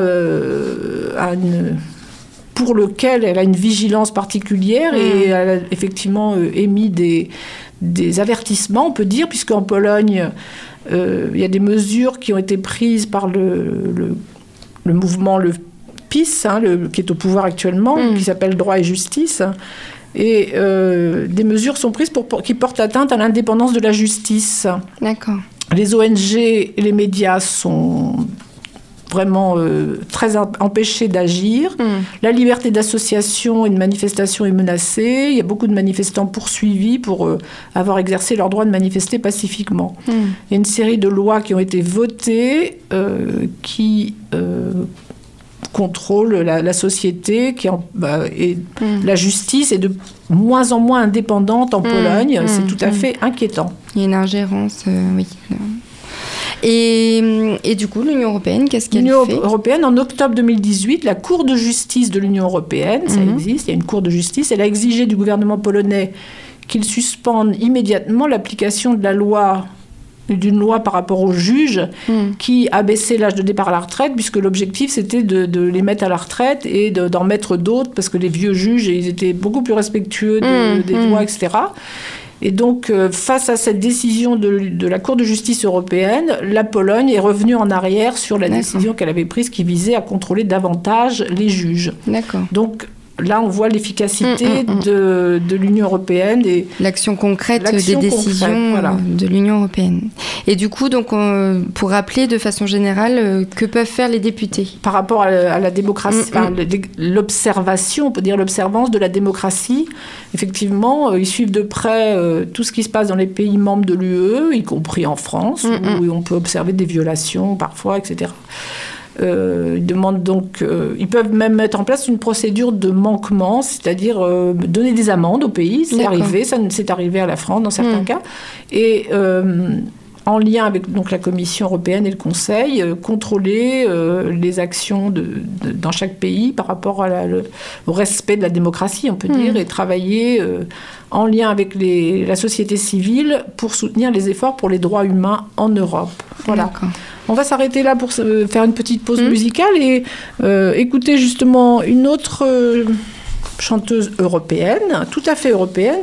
pour lequel elle a une vigilance particulière et elle a effectivement émis des avertissements, on peut dire, puisqu'en Pologne, il y a des mesures qui ont été prises par le mouvement, le PiS, qui est au pouvoir actuellement, qui s'appelle Droit et Justice. Et des mesures sont prises qui portent atteinte à l'indépendance de la justice. D'accord. Les ONG et les médias sont vraiment très empêchés d'agir. La liberté d'association et de manifestation est menacée. Il y a beaucoup de manifestants poursuivis pour avoir exercé leur droit de manifester pacifiquement. Il y a une série de lois qui ont été votées qui contrôlent la société et la justice est de moins en moins indépendante en Pologne. C'est tout à fait inquiétant. Il y a une ingérence, oui. Et du coup, l'Union européenne, qu'est-ce qu'elle fait ? L'Union européenne, en octobre 2018, la Cour de justice de l'Union européenne, ça existe, il y a une Cour de justice, elle a exigé du gouvernement polonais qu'il suspende immédiatement l'application d'une loi par rapport aux juges qui abaissait l'âge de départ à la retraite, puisque l'objectif, c'était de les mettre à la retraite et d'en mettre d'autres, parce que les vieux juges, ils étaient beaucoup plus respectueux des lois, etc. Et donc, face à cette décision de la Cour de justice européenne, la Pologne est revenue en arrière sur la décision qu'elle avait prise qui visait à contrôler davantage les juges. D'accord. Donc, là, on voit l'efficacité de l'Union européenne et l'action concrète des décisions de l'Union européenne. Et du coup, donc, pour rappeler de façon générale, que peuvent faire les députés par rapport à la démocratie, l'observation, on peut dire l'observance de la démocratie. Effectivement, ils suivent de près tout ce qui se passe dans les pays membres de l'UE, y compris en France, où on peut observer des violations parfois, etc. Ils demandent donc, ils peuvent même mettre en place une procédure de manquement, c'est-à-dire donner des amendes au pays. C'est arrivé à la France dans certains cas. Et en lien avec donc, la Commission européenne et le Conseil, contrôler les actions dans chaque pays par rapport au respect de la démocratie, on peut dire, et travailler en lien avec la société civile pour soutenir les efforts pour les droits humains en Europe. Voilà. D'accord. On va s'arrêter là pour faire une petite pause musicale et écouter justement une autre chanteuse européenne, tout à fait européenne,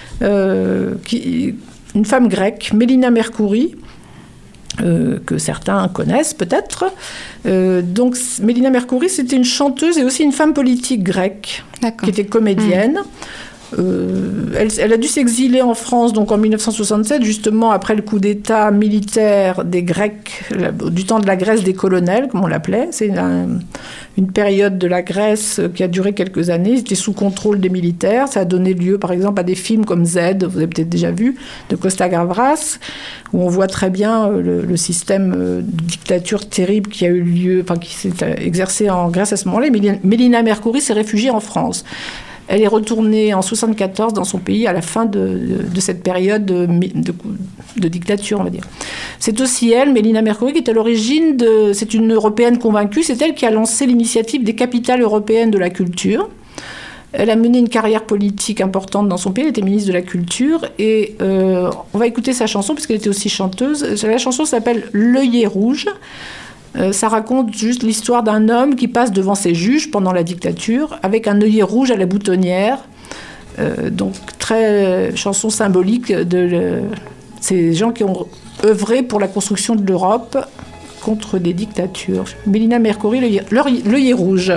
une femme grecque, Mélina Mercouri, que certains connaissent peut-être. Donc Mélina Mercouri, c'était une chanteuse et aussi une femme politique grecque, qui était comédienne. Elle a dû s'exiler en France donc en 1967, justement après le coup d'État militaire des Grecs, du temps de la Grèce des colonels, comme on l'appelait. C'est une période de la Grèce qui a duré quelques années. Ils étaient sous contrôle des militaires. Ça a donné lieu, par exemple, à des films comme Z, vous avez peut-être déjà vu, de Costa Gavras, où on voit très bien le système de dictature terrible qui a eu lieu, enfin qui s'est exercé en Grèce à ce moment-là. Mélina Mercouri s'est réfugiée en France. Elle est retournée en 1974 dans son pays à la fin de cette période de dictature, on va dire. C'est aussi elle, Mélina Mercouri, qui est à l'origine c'est une Européenne convaincue. C'est elle qui a lancé l'initiative des capitales européennes de la culture. Elle a mené une carrière politique importante dans son pays. Elle était ministre de la Culture. Et on va écouter sa chanson, puisqu'elle était aussi chanteuse. La chanson s'appelle « L'œillet rouge ». Ça raconte juste l'histoire d'un homme qui passe devant ses juges pendant la dictature avec un œillet rouge à la boutonnière. Donc, très chanson symbolique de ces gens qui ont œuvré pour la construction de l'Europe contre des dictatures. Mélina Mercouri, l'œillet rouge.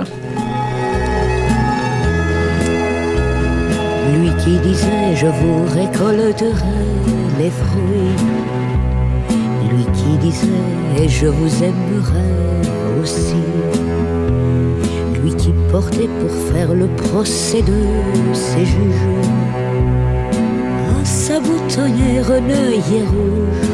Lui qui disait « Je vous récolterai les fruits », lui qui disait « Et je vous aimerai aussi », lui qui portait pour faire le procès de ses juges à sa boutonnière un œillet rouge.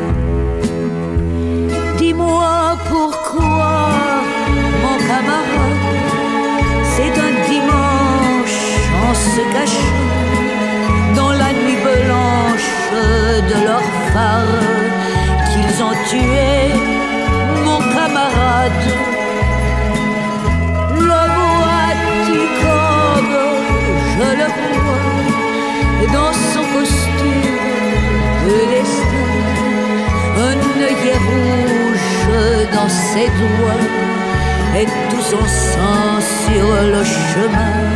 Dis-moi pourquoi, mon camarade, c'est un dimanche en se cachant dans la nuit blanche de leur phare qu'ils ont tué mon camarade. Le vois-tu comme je le vois dans son costume de destin, un œillet rouge dans ses doigts et tout son sang sur le chemin.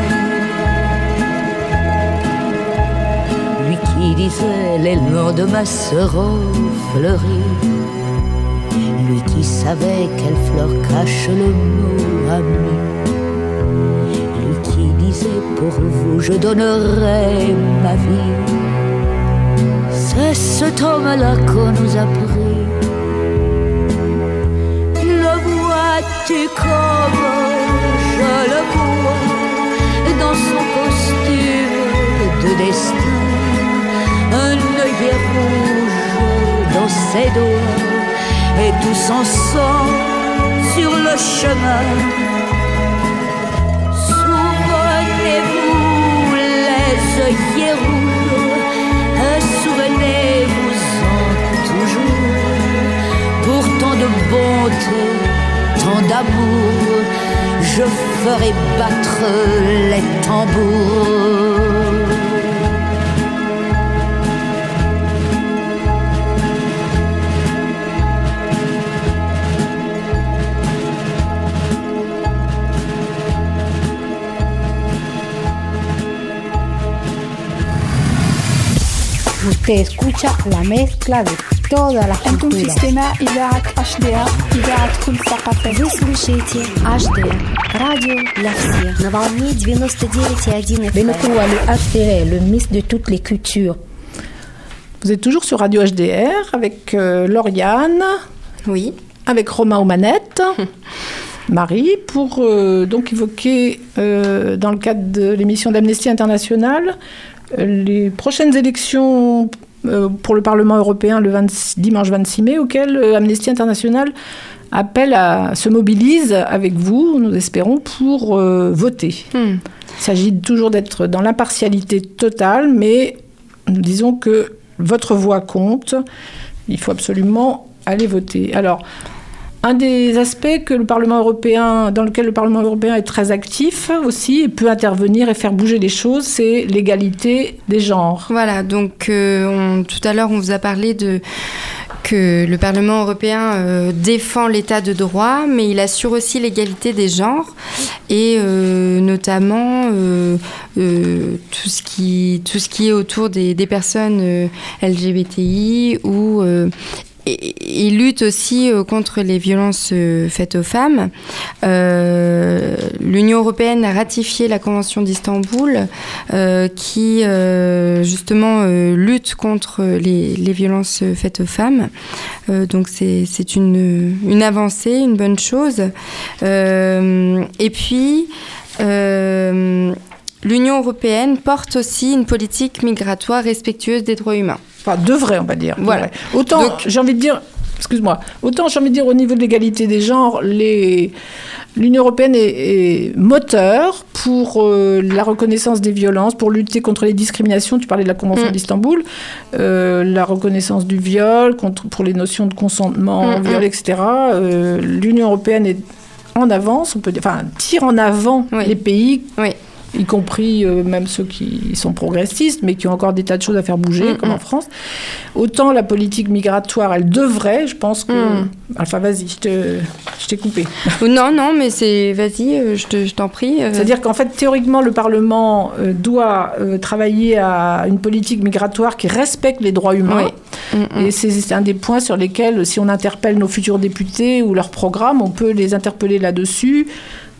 Lui qui disait les lendemains seront fleuris, lui qui savait quelle fleur cache le mot ami, lui qui disait pour vous je donnerai ma vie. C'est cet homme-là qu'on nous a pris. Le vois-tu comme je le vois dans son costume de destin, un œillet rouge dans ses doigts et tout son sang sur le chemin. Souvenez-vous les œillets rouges, souvenez-vous-en toujours. Pour tant de bonté, tant d'amour, je ferai battre les tambours. Usted escucha la mezcla de todas las culturas. Вы слушаете HDR, радио для всех, на волне 99,1 FM. Le HDR, le mix de toutes les cultures. Vous êtes toujours sur Radio HDR avec Lauriane. Oui. Avec Romain aux manettes. Marie, pour donc évoquer, dans le cadre de l'émission d'Amnesty International, les prochaines élections pour le Parlement européen le dimanche 26 mai, auxquelles Amnesty International se mobilise avec vous, nous espérons, pour voter. Il s'agit toujours d'être dans l'impartialité totale, mais nous disons que votre voix compte. Il faut absolument aller voter. Alors, un des aspects dans lequel le Parlement européen est très actif aussi et peut intervenir et faire bouger les choses, c'est l'égalité des genres. Voilà, donc tout à l'heure on vous a parlé que le Parlement européen défend l'état de droit, mais il assure aussi l'égalité des genres et notamment tout ce qui est autour des personnes LGBTI ou il lutte aussi contre les violences faites aux femmes. L'Union européenne a ratifié la Convention d'Istanbul qui justement lutte contre les violences faites aux femmes. Donc c'est une avancée, une bonne chose. Et puis l'Union européenne porte aussi une politique migratoire respectueuse des droits humains. Enfin, devrait, on va dire. Voilà. Autant, j'ai envie de dire au niveau de l'égalité des genres, l'Union européenne est moteur pour la reconnaissance des violences, pour lutter contre les discriminations. Tu parlais de la Convention d'Istanbul, la reconnaissance du viol, pour les notions de consentement, viol, etc. L'Union européenne est en avance, on peut dire, tire en avant les pays. Oui. Y compris même ceux qui sont progressistes, mais qui ont encore des tas de choses à faire bouger, comme en France. Autant la politique migratoire, elle devrait, je pense que... Enfin, vas-y, je t'ai coupé. Non, mais vas-y, je t'en prie. C'est-à-dire qu'en fait, théoriquement, le Parlement doit travailler à une politique migratoire qui respecte les droits humains. Oui. Et c'est un des points sur lesquels, si on interpelle nos futurs députés ou leurs programmes, on peut les interpeller là-dessus.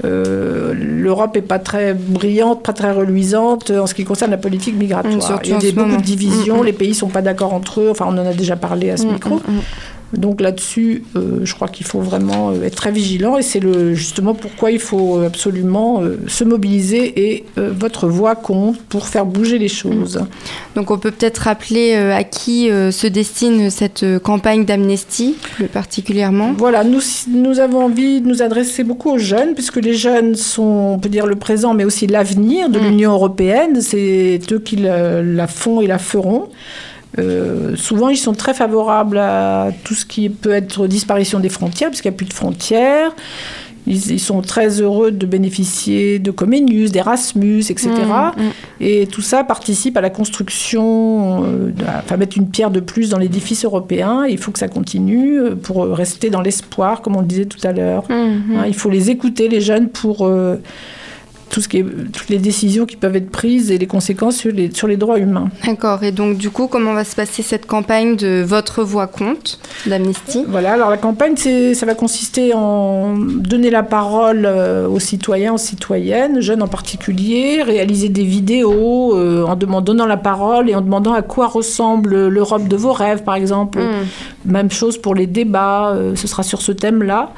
L'Europe n'est pas très brillante, pas très reluisante en ce qui concerne la politique migratoire. Il y a beaucoup de divisions, les pays ne sont pas d'accord entre eux, enfin on en a déjà parlé à ce micro. Donc là-dessus, je crois qu'il faut vraiment être très vigilant et c'est justement pourquoi il faut absolument se mobiliser et votre voix compte pour faire bouger les choses. Donc on peut peut-être rappeler à qui se destine cette campagne d'Amnesty, plus particulièrement. Voilà, nous avons envie de nous adresser beaucoup aux jeunes, puisque les jeunes sont, on peut dire, le présent, mais aussi l'avenir de l'Union européenne. C'est eux qui la font et la feront. Souvent, ils sont très favorables à tout ce qui peut être disparition des frontières, puisqu'il n'y a plus de frontières. Ils sont très heureux de bénéficier de Comenius, d'Erasmus, etc. Et tout ça participe à la construction, mettre une pierre de plus dans l'édifice européen. Il faut que ça continue pour rester dans l'espoir, comme on le disait tout à l'heure. Il faut les écouter, les jeunes, pour... toutes les décisions qui peuvent être prises et les conséquences sur les droits humains. D'accord. Et donc, du coup, comment va se passer cette campagne de Votre voix compte d'Amnesty ? Voilà. Alors, la campagne, ça va consister en donner la parole aux citoyens, aux citoyennes, jeunes en particulier, réaliser des vidéos en donnant la parole et en demandant à quoi ressemble l'Europe de vos rêves, par exemple. Même chose pour les débats. Ce sera sur ce thème-là.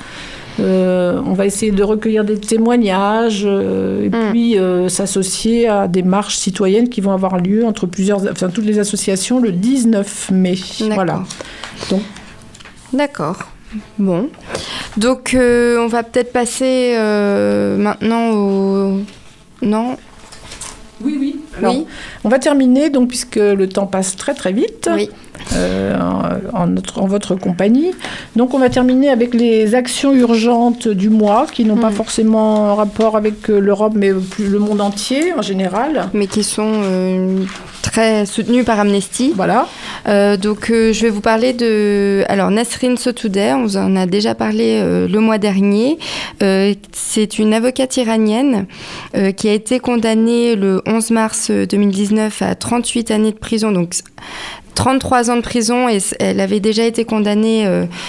On va essayer de recueillir des témoignages et puis s'associer à des marches citoyennes qui vont avoir lieu entre toutes les associations le 19 mai. D'accord. Voilà. Donc. D'accord. Bon. Donc, on va peut-être passer maintenant au... Non ? Oui. Alors, on va terminer, donc, puisque le temps passe très très vite. Oui. En votre compagnie. Donc on va terminer avec les actions urgentes du mois qui n'ont pas forcément un rapport avec l'Europe mais le monde entier en général. Mais qui sont très soutenues par Amnesty. Voilà. Donc je vais vous parler de Nasrin Sotoudeh, on vous en a déjà parlé le mois dernier. C'est une avocate iranienne qui a été condamnée le 11 mars 2019 à 38 années de prison, donc 33 ans de prison, et elle avait déjà été condamnée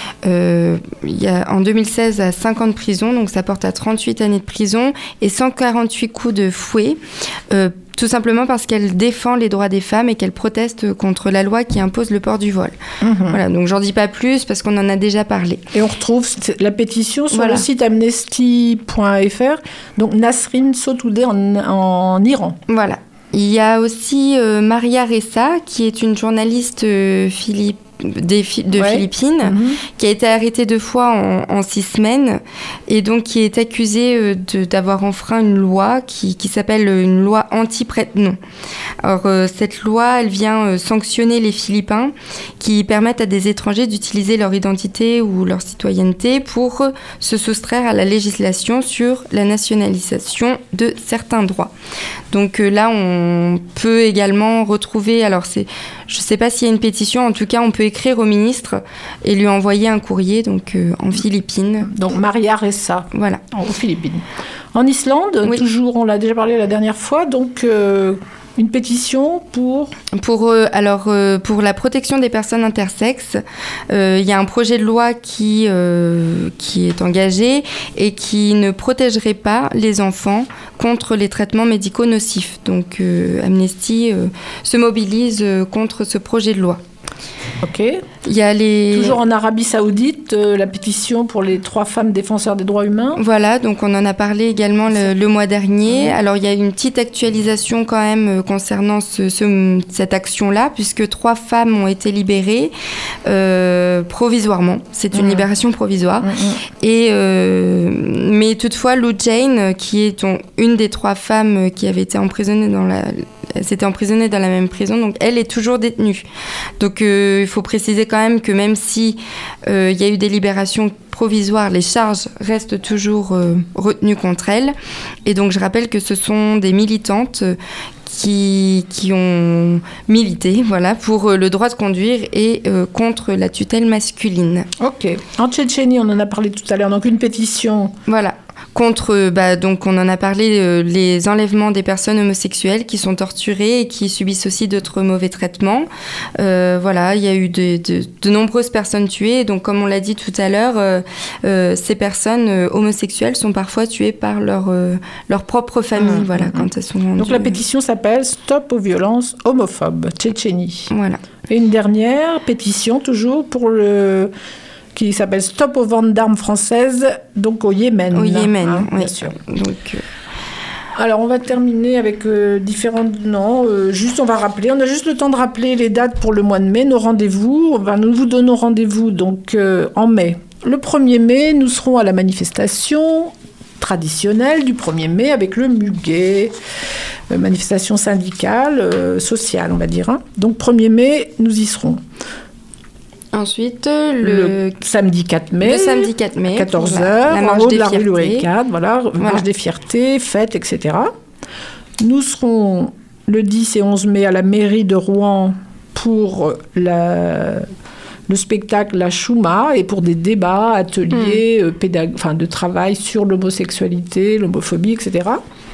en 2016 à 5 ans de prison, donc ça porte à 38 années de prison et 148 coups de fouet, tout simplement parce qu'elle défend les droits des femmes et qu'elle proteste contre la loi qui impose le port du voile. Voilà, donc j'en dis pas plus parce qu'on en a déjà parlé. Et on retrouve la pétition sur le site amnesty.fr, donc Nasrin Sotoudeh en Iran. Voilà. Il y a aussi Maria Ressa, qui est une journaliste philippine, qui a été arrêtée 2 fois en 6 semaines et donc qui est accusée d'avoir enfreint une loi qui s'appelle une loi anti-prête-nom. Alors cette loi, elle vient sanctionner les Philippins qui permettent à des étrangers d'utiliser leur identité ou leur citoyenneté pour se soustraire à la législation sur la nationalisation de certains droits. Donc là, on peut également retrouver, je ne sais pas s'il y a une pétition, en tout cas, on peut écrire au ministre et lui envoyer un courrier donc, en Philippines. Donc Maria Ressa, voilà. aux Philippines. En Islande, toujours, on l'a déjà parlé la dernière fois, donc Une pétition pour la protection des personnes intersexes, il y a un projet de loi qui est engagé et qui ne protégerait pas les enfants contre les traitements médicaux nocifs. Donc Amnesty se mobilise contre ce projet de loi. Ok. Il y a Toujours en Arabie Saoudite, la pétition pour les 3 femmes défenseurs des droits humains. Voilà, donc on en a parlé également le mois dernier. Alors il y a une petite actualisation quand même concernant cette action-là, puisque 3 femmes ont été libérées provisoirement. C'est une libération provisoire. Mais toutefois, Lou Jane, qui est une des 3 femmes qui avait été emprisonnée s'était emprisonnée dans la même prison, donc elle est toujours détenue. Donc il faut préciser quand même que même si il y a eu des libérations provisoires, les charges restent toujours retenues contre elle. Et donc je rappelle que ce sont des militantes qui ont milité pour le droit de conduire et contre la tutelle masculine. Ok. En Tchétchénie, on en a parlé tout à l'heure, donc une pétition. Voilà. Contre, donc on en a parlé, les enlèvements des personnes homosexuelles qui sont torturées et qui subissent aussi d'autres mauvais traitements. Il y a eu de nombreuses personnes tuées. Donc comme on l'a dit tout à l'heure, ces personnes homosexuelles sont parfois tuées par leur propre famille. Quand elles sont rendues. Donc la pétition s'appelle Stop aux violences homophobes, Tchétchénie. Voilà. Et une dernière pétition toujours qui s'appelle Stop aux ventes d'armes françaises, donc au Yémen. Au Yémen, oui. Bien sûr. Donc, Alors, on va terminer avec différents... Non, on va rappeler. On a juste le temps de rappeler les dates pour le mois de mai, nos rendez-vous. Nous vous donnons rendez-vous donc, en mai. Le 1er mai, nous serons à la manifestation traditionnelle du 1er mai avec le Muguet, manifestation syndicale, sociale, on va dire. Donc, 1er mai, nous y serons. Ensuite, le samedi 4 mai, le samedi 4 mai à 14h, en haut de la rue Louis XIV, marche des fiertés, fêtes, etc. Nous serons le 10 et 11 mai à la mairie de Rouen pour le spectacle La Chouma et pour des débats, ateliers de travail sur l'homosexualité, l'homophobie, etc.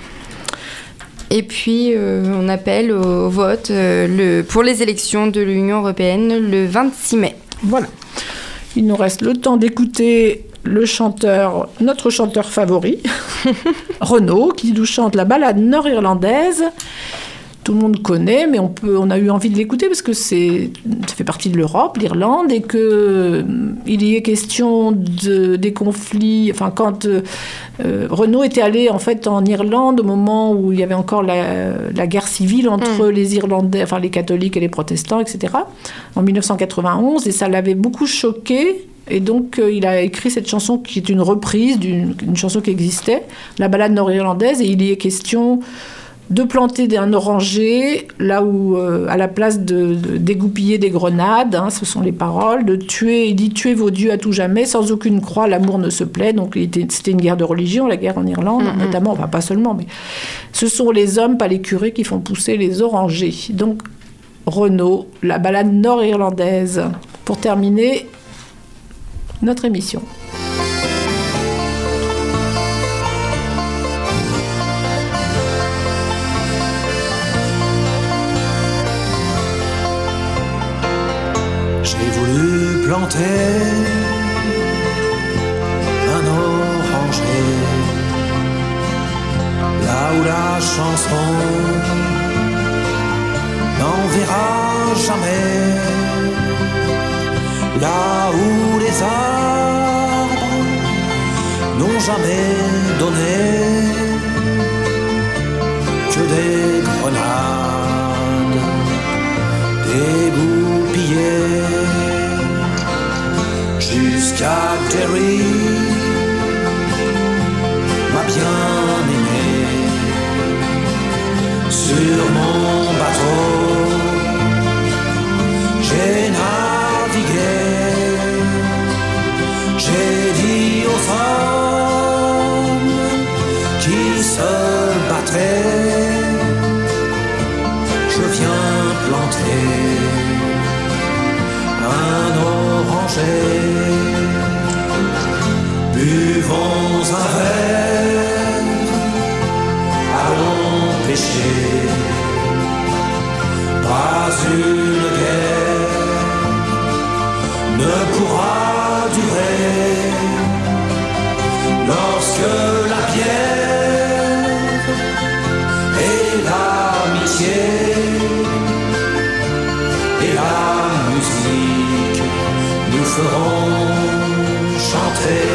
Et puis, on appelle au vote pour les élections de l'Union européenne le 26 mai. Voilà. Il nous reste le temps d'écouter notre chanteur favori, Renaud, qui nous chante la ballade nord-irlandaise. Tout le monde connaît, mais on a eu envie de l'écouter parce que ça fait partie de l'Europe, l'Irlande, et qu'il y est question des conflits. Enfin, quand Renaud était allé en fait en Irlande au moment où il y avait encore la guerre civile entre les Irlandais, enfin les catholiques et les protestants, etc. En 1991, et ça l'avait beaucoup choqué. Et donc, il a écrit cette chanson qui est une reprise d'une chanson qui existait, la ballade nord-irlandaise, et il y est question de planter un oranger là où, à la place de dégoupiller des grenades, ce sont les paroles, il dit « Tuez vos dieux à tout jamais, sans aucune croix, l'amour ne se plaît ». Donc c'était une guerre de religion, la guerre en Irlande, notamment, enfin pas seulement, mais ce sont les hommes, pas les curés, qui font pousser les orangers. Donc Renaud, la ballade nord-irlandaise, pour terminer notre émission. J'ai voulu planter un oranger là où la chanson n'en verra jamais, là où les arbres n'ont jamais donné que des grenades dégoupillées. Jusqu'à Jerry, ma bien-aimée, sur mon bateau, j'ai navigué, j'ai dit aux hommes qui se battraient, je viens planter un oranger. Buvons un verre, allons pêcher feront chanter.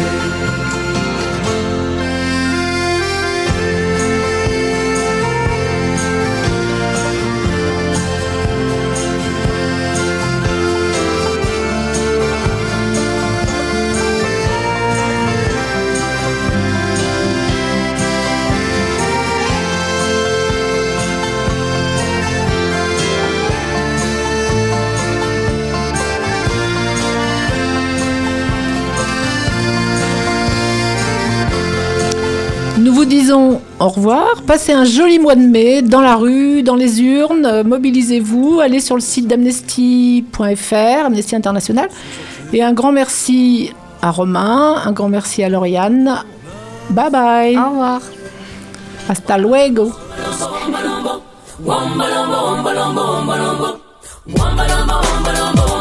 Nous vous disons au revoir, passez un joli mois de mai dans la rue, dans les urnes, mobilisez-vous, allez sur le site d'Amnesty.fr, Amnesty International, et un grand merci à Romain, un grand merci à Lauriane. Bye bye. Au revoir. Hasta luego. Wamba